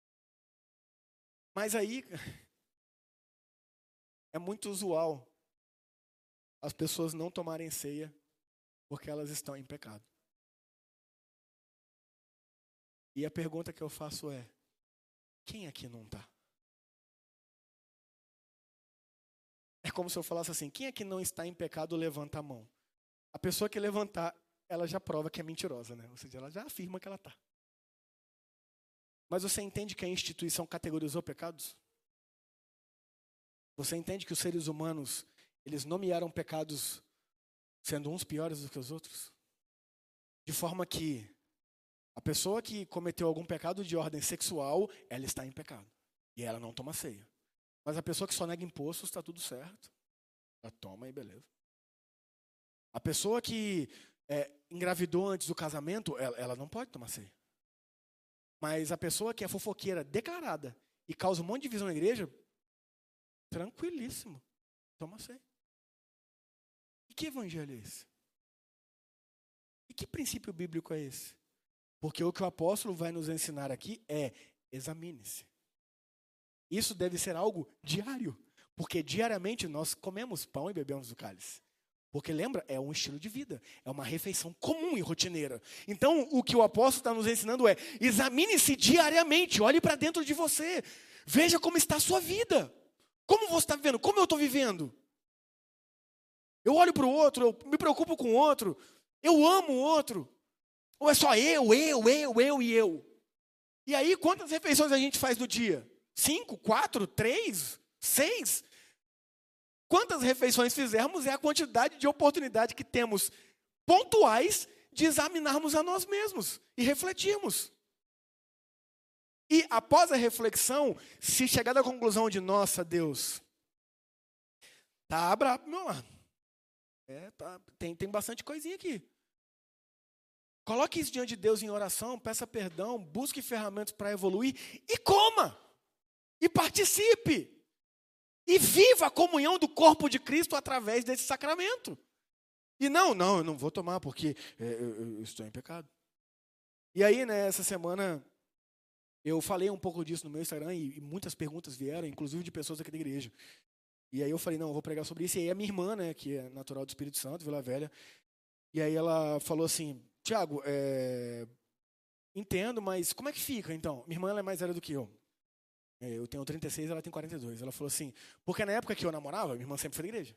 Mas aí, é muito usual as pessoas não tomarem ceia porque elas estão em pecado. E a pergunta que eu faço é, quem aqui não está? É como se eu falasse assim, quem aqui não está em pecado, levanta a mão. A pessoa que levantar, ela já prova que é mentirosa, né? Ou seja, ela já afirma que ela está. Mas você entende que a instituição categorizou pecados? Você entende que os seres humanos, eles nomearam pecados sendo uns piores do que os outros? De forma que a pessoa que cometeu algum pecado de ordem sexual, ela está em pecado. E ela não toma ceia. Mas a pessoa que só nega impostos, está tudo certo. Ela toma e beleza. A pessoa que é, engravidou antes do casamento, ela, ela não pode tomar ceia. Mas a pessoa que é fofoqueira declarada e causa um monte de divisão na igreja, tranquilíssimo. Toma ceia. E que evangelho é esse? E que princípio bíblico é esse? Porque o que o apóstolo vai nos ensinar aqui é: examine-se. Isso deve ser algo diário. Porque diariamente nós comemos pão e bebemos do cálice. Porque lembra, é um estilo de vida. É uma refeição comum e rotineira. Então, o que o apóstolo está nos ensinando é: examine-se diariamente, olhe para dentro de você. Veja como está a sua vida. Como você está vivendo? Como eu estou vivendo? Eu olho para o outro, eu me preocupo com o outro. Eu amo o outro. Ou é só eu, eu, eu, eu e eu? E aí, quantas refeições a gente faz no dia? Cinco? Quatro? Três? Seis? Quantas refeições fizermos é a quantidade de oportunidade que temos pontuais de examinarmos a nós mesmos e refletirmos. E após a reflexão, se chegar à conclusão de: nossa, Deus, tá brabo pro meu lado. É, tá, tem, tem bastante coisinha aqui. Coloque isso diante de Deus em oração, peça perdão, busque ferramentas para evoluir e coma. E participe. E viva a comunhão do corpo de Cristo através desse sacramento. E não, não, eu não vou tomar porque é, eu, eu estou em pecado. E aí, né, essa semana, eu falei um pouco disso no meu Instagram e, e muitas perguntas vieram, inclusive de pessoas aqui da igreja. E aí eu falei: não, eu vou pregar sobre isso. E aí a minha irmã, né, que é natural do Espírito Santo, Vila Velha, e aí ela falou assim: Tiago, é, entendo, mas como é que fica então? Minha irmã, ela é mais velha do que eu. Eu tenho trinta e seis, ela tem quarenta e dois. Ela falou assim: porque na época que eu namorava, minha irmã sempre foi da igreja.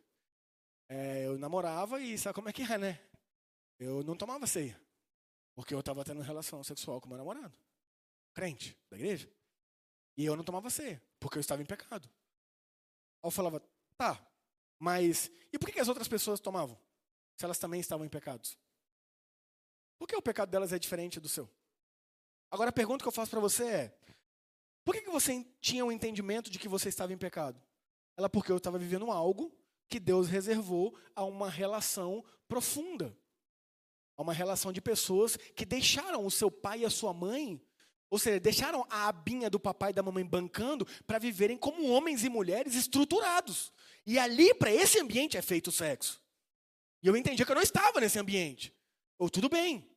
É, eu namorava e sabe como é que é, né? Eu não tomava ceia. Porque eu estava tendo relação sexual com meu namorado. Crente, da igreja. E eu não tomava ceia, porque eu estava em pecado. Aí eu falava: tá, mas e por que as outras pessoas tomavam? Se elas também estavam em pecados? Por que o pecado delas é diferente do seu? Agora a pergunta que eu faço para você é: por que que você tinha o entendimento de que você estava em pecado? Ela: porque eu estava vivendo algo que Deus reservou a uma relação profunda. A uma relação de pessoas que deixaram o seu pai e a sua mãe, ou seja, deixaram a abinha do papai e da mamãe bancando para viverem como homens e mulheres estruturados. E ali, para esse ambiente, é feito o sexo. E eu entendi que eu não estava nesse ambiente. Ou tudo bem.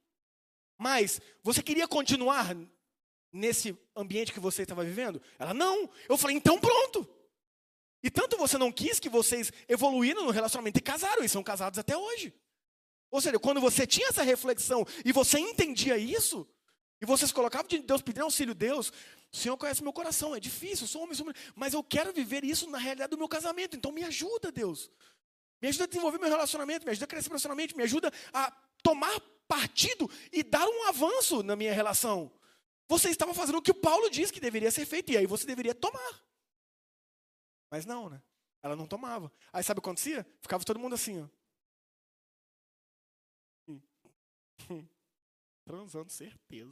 Mas você queria continuar nesse ambiente que você estava vivendo? Ela: não. Eu falei: então pronto. E tanto você não quis que vocês evoluíram no relacionamento e casaram, e são casados até hoje. Ou seja, quando você tinha essa reflexão e você entendia isso, e você se colocava diante de Deus pedindo auxílio: Deus, o Senhor conhece meu coração, é difícil, eu sou homem, sou mulher, mas eu quero viver isso na realidade do meu casamento, então me ajuda, Deus. Me ajuda a desenvolver meu relacionamento, me ajuda a crescer profissionalmente, me ajuda a tomar partido e dar um avanço na minha relação. Você estava fazendo o que o Paulo diz que deveria ser feito, e aí você deveria tomar. Mas não, né? Ela não tomava. Aí sabe o que acontecia? Ficava todo mundo assim, ó. Transando, certeza.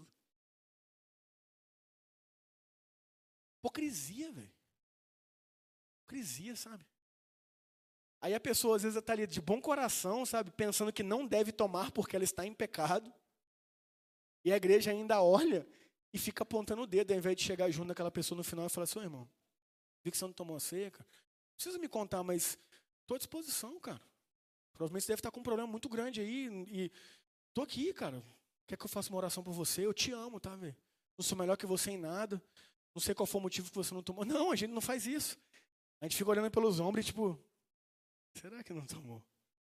Hipocrisia, velho. Hipocrisia, sabe? Aí a pessoa às vezes está ali de bom coração, sabe? Pensando que não deve tomar porque ela está em pecado. E a igreja ainda olha e fica apontando o dedo, ao invés de chegar junto daquela pessoa no final e falar assim: ô irmão, vi que você não tomou a ceia, cara. Não precisa me contar, mas estou à disposição, cara. Provavelmente você deve estar com um problema muito grande aí. E estou aqui, cara. Quer que eu faça uma oração por você? Eu te amo, tá, velho? Não sou melhor que você em nada. Não sei qual foi o motivo que você não tomou. Não, a gente não faz isso. A gente fica olhando pelos ombros e tipo: será que não tomou?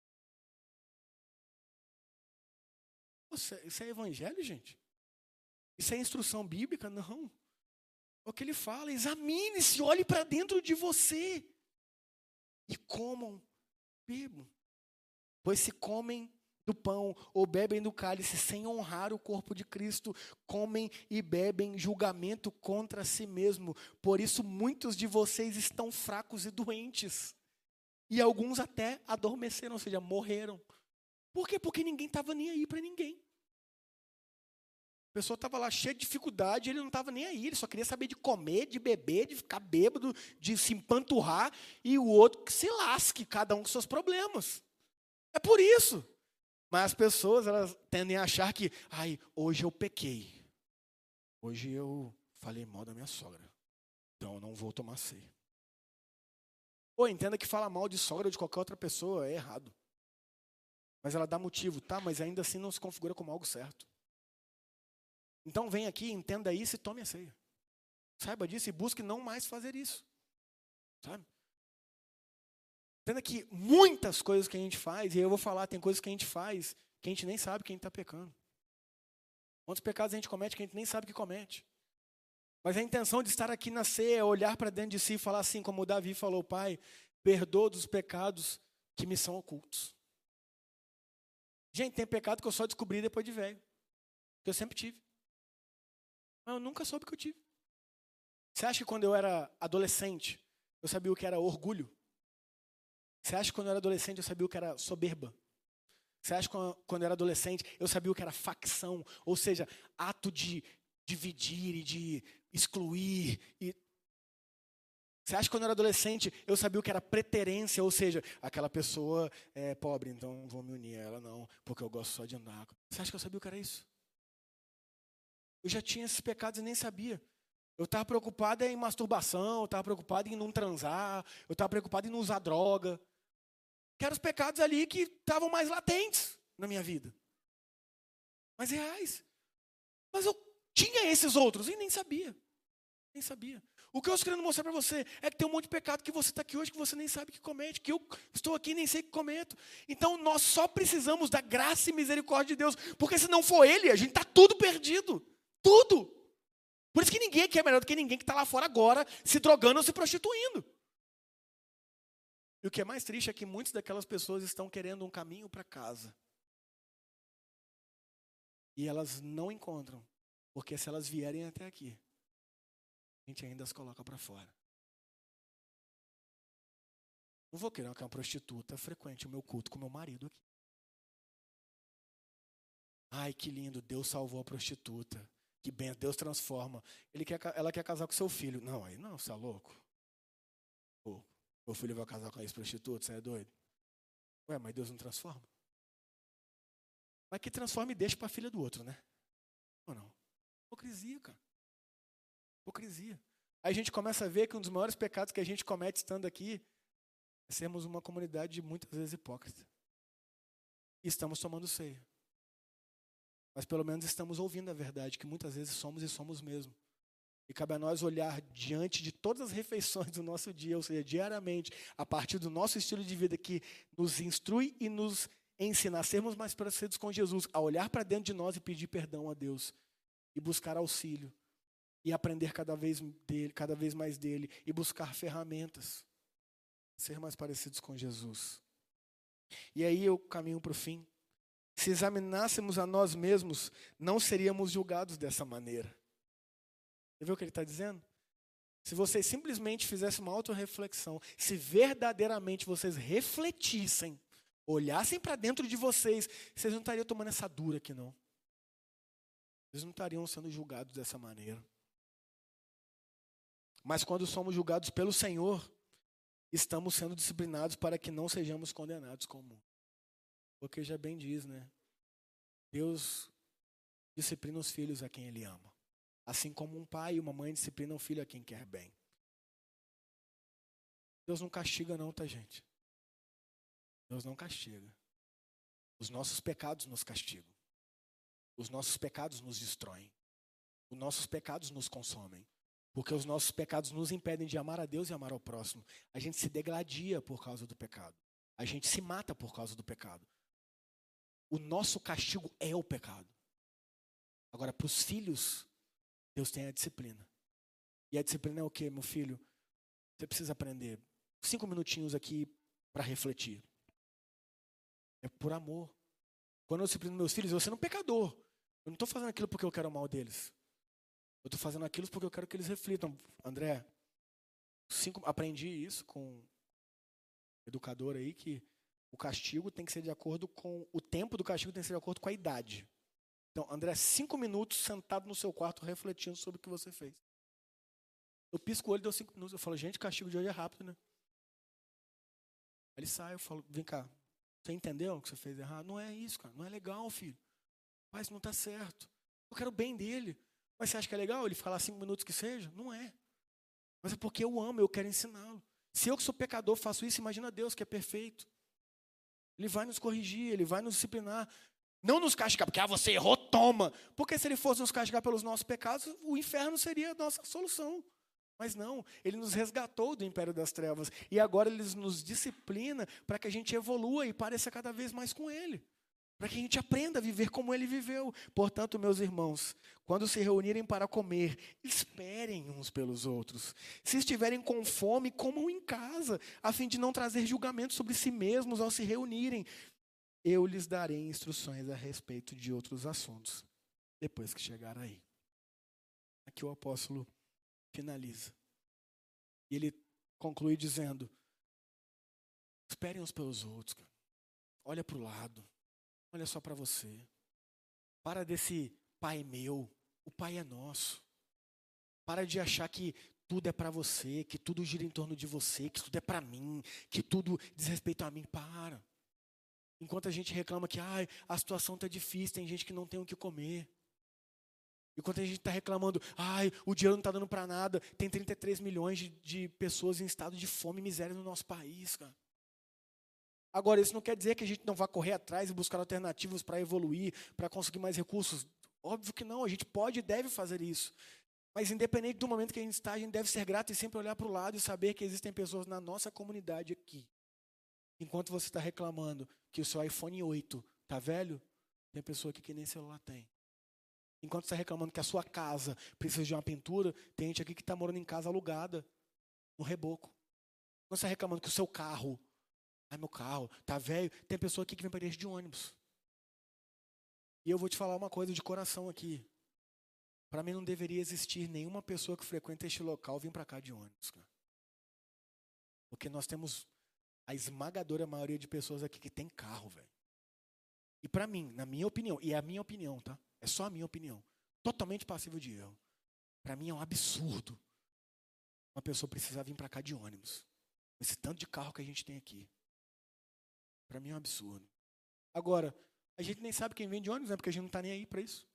Nossa, isso é evangelho, gente? Isso é instrução bíblica? Não. É o que ele fala: examine-se, olhe para dentro de você. E comam, bebam. Pois se comem do pão ou bebem do cálice sem honrar o corpo de Cristo, comem e bebem julgamento contra si mesmo. Por isso muitos de vocês estão fracos e doentes. E alguns até adormeceram, ou seja, morreram. Por quê? Porque ninguém estava nem aí para ninguém. A pessoa estava lá cheia de dificuldade, ele não estava nem aí, ele só queria saber de comer, de beber, de ficar bêbado, de se empanturrar, e o outro que se lasque, cada um com seus problemas. É por isso. Mas as pessoas, elas tendem a achar que: ai, hoje eu pequei. Hoje eu falei mal da minha sogra. Então eu não vou tomar ceia. Ou entenda que fala mal de sogra ou de qualquer outra pessoa é errado. Mas ela dá motivo, tá? Mas ainda assim não se configura como algo certo. Então vem aqui, entenda isso e tome a ceia. Saiba disso e busque não mais fazer isso. Sabe? Entenda que muitas coisas que a gente faz, e eu vou falar, tem coisas que a gente faz que a gente nem sabe que a gente está pecando. Quantos pecados a gente comete que a gente nem sabe que comete. Mas a intenção de estar aqui na ceia é olhar para dentro de si e falar assim, como o Davi falou, Pai, perdoa dos pecados que me são ocultos. Gente, tem pecado que eu só descobri depois de velho. Que eu sempre tive. Mas eu nunca soube que eu tive. Você acha que quando eu era adolescente, eu sabia o que era orgulho? Você acha que quando eu era adolescente, eu sabia o que era soberba? Você acha que quando eu era adolescente, eu sabia o que era facção? Ou seja, ato de dividir e de excluir. E... Você acha que quando eu era adolescente, eu sabia o que era preterência? Ou seja, aquela pessoa é pobre, então não vou me unir a ela não, porque eu gosto só de andar. Você acha que eu sabia o que era isso? Eu já tinha esses pecados e nem sabia. Eu estava preocupado em masturbação, eu estava preocupado em não transar, eu estava preocupado em não usar droga. Que eram os pecados ali que estavam mais latentes na minha vida. Mas reais. Mas eu tinha esses outros e nem sabia. Nem sabia. O que eu estou querendo mostrar para você é que tem um monte de pecado que você está aqui hoje que você nem sabe que comete, que eu estou aqui e nem sei que cometo. Então nós só precisamos da graça e misericórdia de Deus, porque se não for Ele, a gente está tudo perdido. Tudo. Por isso que ninguém aqui é melhor do que ninguém que está lá fora agora, se drogando ou se prostituindo. E o que é mais triste é que muitas daquelas pessoas estão querendo um caminho para casa. E elas não encontram. Porque se elas vierem até aqui, a gente ainda as coloca para fora. Não vou querer que uma prostituta frequente o meu culto com o meu marido aqui. Ai, que lindo, Deus salvou a prostituta. Que bem, Deus transforma. Ele quer, ela quer casar com seu filho. Não, aí não, você é louco. Pô, meu filho vai casar com a ex-prostituta, você é doido? Ué, mas Deus não transforma? Mas que transforma e deixa para a filha do outro, né? Ou não? Hipocrisia, cara. Hipocrisia. Aí a gente começa a ver que um dos maiores pecados que a gente comete estando aqui é sermos uma comunidade muitas vezes hipócrita. E estamos tomando ceia. Mas pelo menos estamos ouvindo a verdade, que muitas vezes somos e somos mesmo. E cabe a nós olhar diante de todas as refeições do nosso dia, ou seja, diariamente, a partir do nosso estilo de vida que nos instrui e nos ensina a sermos mais parecidos com Jesus, a olhar para dentro de nós e pedir perdão a Deus, e buscar auxílio, e aprender cada vez, dele, cada vez mais dele, e buscar ferramentas, ser mais parecidos com Jesus. E aí eu caminho para o fim. Se examinássemos a nós mesmos, não seríamos julgados dessa maneira. Você viu o que ele está dizendo? Se vocês simplesmente fizessem uma autorreflexão, se verdadeiramente vocês refletissem, olhassem para dentro de vocês, vocês não estariam tomando essa dura aqui, não. Vocês não estariam sendo julgados dessa maneira. Mas quando somos julgados pelo Senhor, estamos sendo disciplinados para que não sejamos condenados com o mundo. Porque já bem diz, né? Deus disciplina os filhos a quem Ele ama. Assim como um pai e uma mãe disciplinam o filho a quem quer bem. Deus não castiga não, tá, gente? Deus não castiga. Os nossos pecados nos castigam. Os nossos pecados nos destroem. Os nossos pecados nos consomem. Porque os nossos pecados nos impedem de amar a Deus e amar ao próximo. A gente se degladia por causa do pecado. A gente se mata por causa do pecado. O nosso castigo é o pecado. Agora, para os filhos, Deus tem a disciplina. E a disciplina é o quê, meu filho? Você precisa aprender cinco minutinhos aqui para refletir. É por amor. Quando eu disciplino meus filhos, eu sou um pecador. Eu não estou fazendo aquilo porque eu quero o mal deles. Eu estou fazendo aquilo porque eu quero que eles reflitam. André, cinco, aprendi isso com um educador aí, que o castigo tem que ser de acordo com... O tempo do castigo tem que ser de acordo com a idade. Então, André, cinco minutos sentado no seu quarto refletindo sobre o que você fez. Eu pisco o olho, deu cinco minutos. Eu falo, gente, o castigo de hoje é rápido, né? Aí ele sai, eu falo, vem cá. Você entendeu o que você fez errado? Não é isso, cara. Não é legal, filho. Pai, isso não está certo. Eu quero o bem dele. Mas você acha que é legal ele ficar lá cinco minutos que seja? Não é. Mas é porque eu amo, eu quero ensiná-lo. Se eu que sou pecador faço isso, imagina Deus que é perfeito. Ele vai nos corrigir, Ele vai nos disciplinar. Não nos castigar, porque ah, você errou, toma. Porque se Ele fosse nos castigar pelos nossos pecados, o inferno seria a nossa solução. Mas não, Ele nos resgatou do império das trevas. E agora Ele nos disciplina para que a gente evolua e pareça cada vez mais com Ele. Para que a gente aprenda a viver como Ele viveu. Portanto, meus irmãos, quando se reunirem para comer, esperem uns pelos outros. Se estiverem com fome, comam em casa, a fim de não trazer julgamento sobre si mesmos ao se reunirem. Eu lhes darei instruções a respeito de outros assuntos, depois que chegar aí. Aqui o apóstolo finaliza. E ele conclui dizendo, esperem uns pelos outros. Cara. Olha para o lado. Olha só para você. Para desse pai meu. O pai é nosso. Para de achar que tudo é para você, que tudo gira em torno de você, que tudo é para mim, que tudo diz respeito a mim. Para. Enquanto a gente reclama que ai, a situação está difícil, tem gente que não tem o que comer. Enquanto a gente está reclamando, ai, o dinheiro não está dando para nada, tem trinta e três milhões de, de pessoas em estado de fome e miséria no nosso país, cara. Agora, isso não quer dizer que a gente não vá correr atrás e buscar alternativas para evoluir, para conseguir mais recursos. Óbvio que não, a gente pode e deve fazer isso. Mas independente do momento que a gente está, a gente deve ser grato e sempre olhar para o lado e saber que existem pessoas na nossa comunidade aqui. Enquanto você está reclamando que o seu iPhone oito está velho, tem pessoa aqui que nem celular tem. Enquanto você está reclamando que a sua casa precisa de uma pintura, tem gente aqui que está morando em casa alugada, no reboco. Quando você está reclamando que o seu carro, ai meu carro, está velho, tem pessoa aqui que vem para a igreja de ônibus. E eu vou te falar uma coisa de coração aqui. Para mim não deveria existir nenhuma pessoa que frequenta este local vir para cá de ônibus. Cara. Porque nós temos a esmagadora maioria de pessoas aqui que tem carro, velho. E para mim, na minha opinião, e é a minha opinião, tá? É só a minha opinião. Totalmente passível de erro. Para mim é um absurdo uma pessoa precisar vir para cá de ônibus. Esse tanto de carro que a gente tem aqui. Para mim é um absurdo. Agora, a gente nem sabe quem vem de ônibus, né? Porque a gente não está nem aí para isso.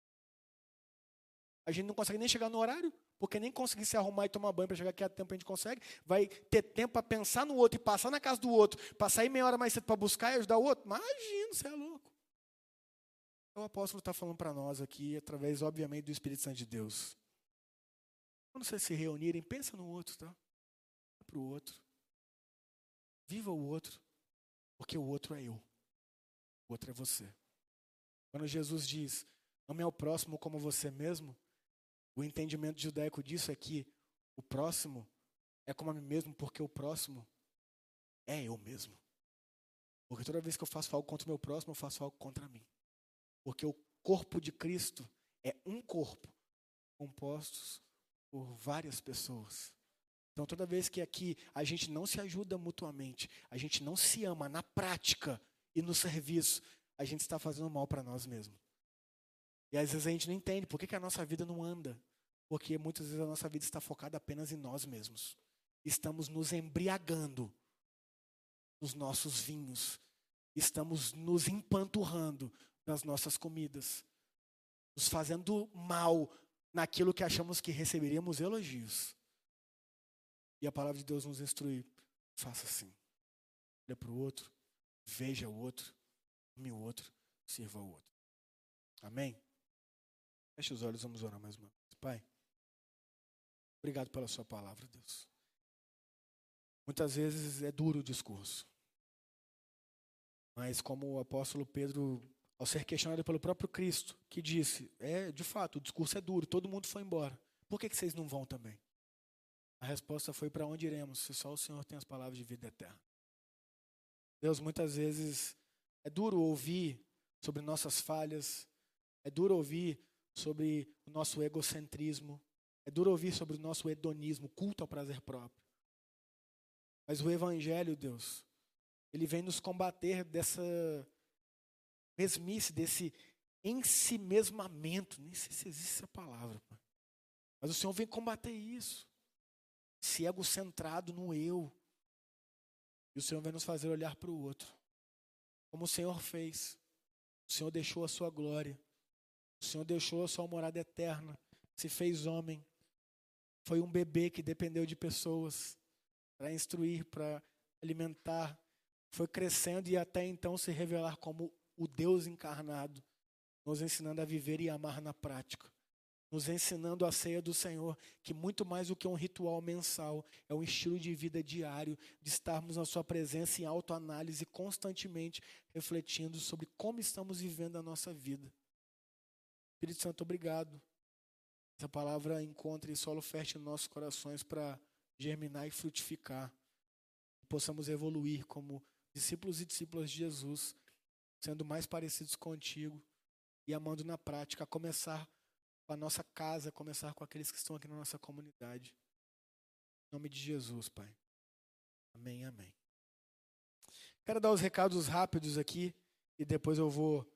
A gente não consegue nem chegar no horário, porque nem conseguir se arrumar e tomar banho para chegar aqui a tempo a gente consegue. Vai ter tempo para pensar no outro e passar na casa do outro, para sair meia hora mais cedo para buscar e ajudar o outro. Imagina, você é louco. O apóstolo está falando para nós aqui, através, obviamente, do Espírito Santo de Deus. Quando vocês se reunirem, pensa no outro, tá? Para o outro. Viva o outro, porque o outro é eu. O outro é você. Quando Jesus diz, ame ao próximo como você mesmo, o entendimento judaico disso é que o próximo é como a mim mesmo, porque o próximo é eu mesmo. Porque toda vez que eu faço algo contra o meu próximo, eu faço algo contra mim. Porque o corpo de Cristo é um corpo, composto por várias pessoas. Então toda vez que aqui a gente não se ajuda mutuamente, a gente não se ama na prática e no serviço, a gente está fazendo mal para nós mesmos. E às vezes a gente não entende por que, que a nossa vida não anda. Porque muitas vezes a nossa vida está focada apenas em nós mesmos. Estamos nos embriagando nos nossos vinhos. Estamos nos empanturrando nas nossas comidas. Nos fazendo mal naquilo que achamos que receberíamos elogios. E a palavra de Deus nos instrui. Faça assim. Olha para o outro. Veja o outro. Ame o outro. Sirva o outro. Amém? Feche os olhos, vamos orar mais uma vez. Pai, obrigado pela sua palavra, Deus. Muitas vezes é duro o discurso. Mas como o apóstolo Pedro, ao ser questionado pelo próprio Cristo, que disse, é, de fato, o discurso é duro, todo mundo foi embora. Por que, que vocês não vão também? A resposta foi, para onde iremos, se só o Senhor tem as palavras de vida eterna. Deus, muitas vezes é duro ouvir sobre nossas falhas, é duro ouvir sobre o nosso egocentrismo, é duro ouvir sobre o nosso hedonismo, culto ao prazer próprio. Mas o Evangelho, Deus, ele vem nos combater dessa mesmice, desse ensimesmamento, nem sei se existe essa palavra, pai. Mas o Senhor vem combater isso, esse egocentrado no eu. E o Senhor vem nos fazer olhar para o outro, como o Senhor fez. O Senhor deixou a sua glória, o Senhor deixou a sua morada eterna, se fez homem, Foi um bebê que dependeu de pessoas para instruir, para alimentar. Foi crescendo e até então se revelar como o Deus encarnado, nos ensinando a viver e amar na prática. Nos ensinando a ceia do Senhor, que muito mais do que um ritual mensal, é um estilo de vida diário, de estarmos na sua presença em autoanálise, constantemente refletindo sobre como estamos vivendo a nossa vida. Espírito Santo, obrigado. Essa palavra encontre solo fértil em nossos corações para germinar e frutificar. Possamos evoluir como discípulos e discípulas de Jesus, sendo mais parecidos contigo e amando na prática, a começar com a nossa casa, a começar com aqueles que estão aqui na nossa comunidade. Em nome de Jesus, Pai. Amém, amém. Quero dar os recados rápidos aqui e depois eu vou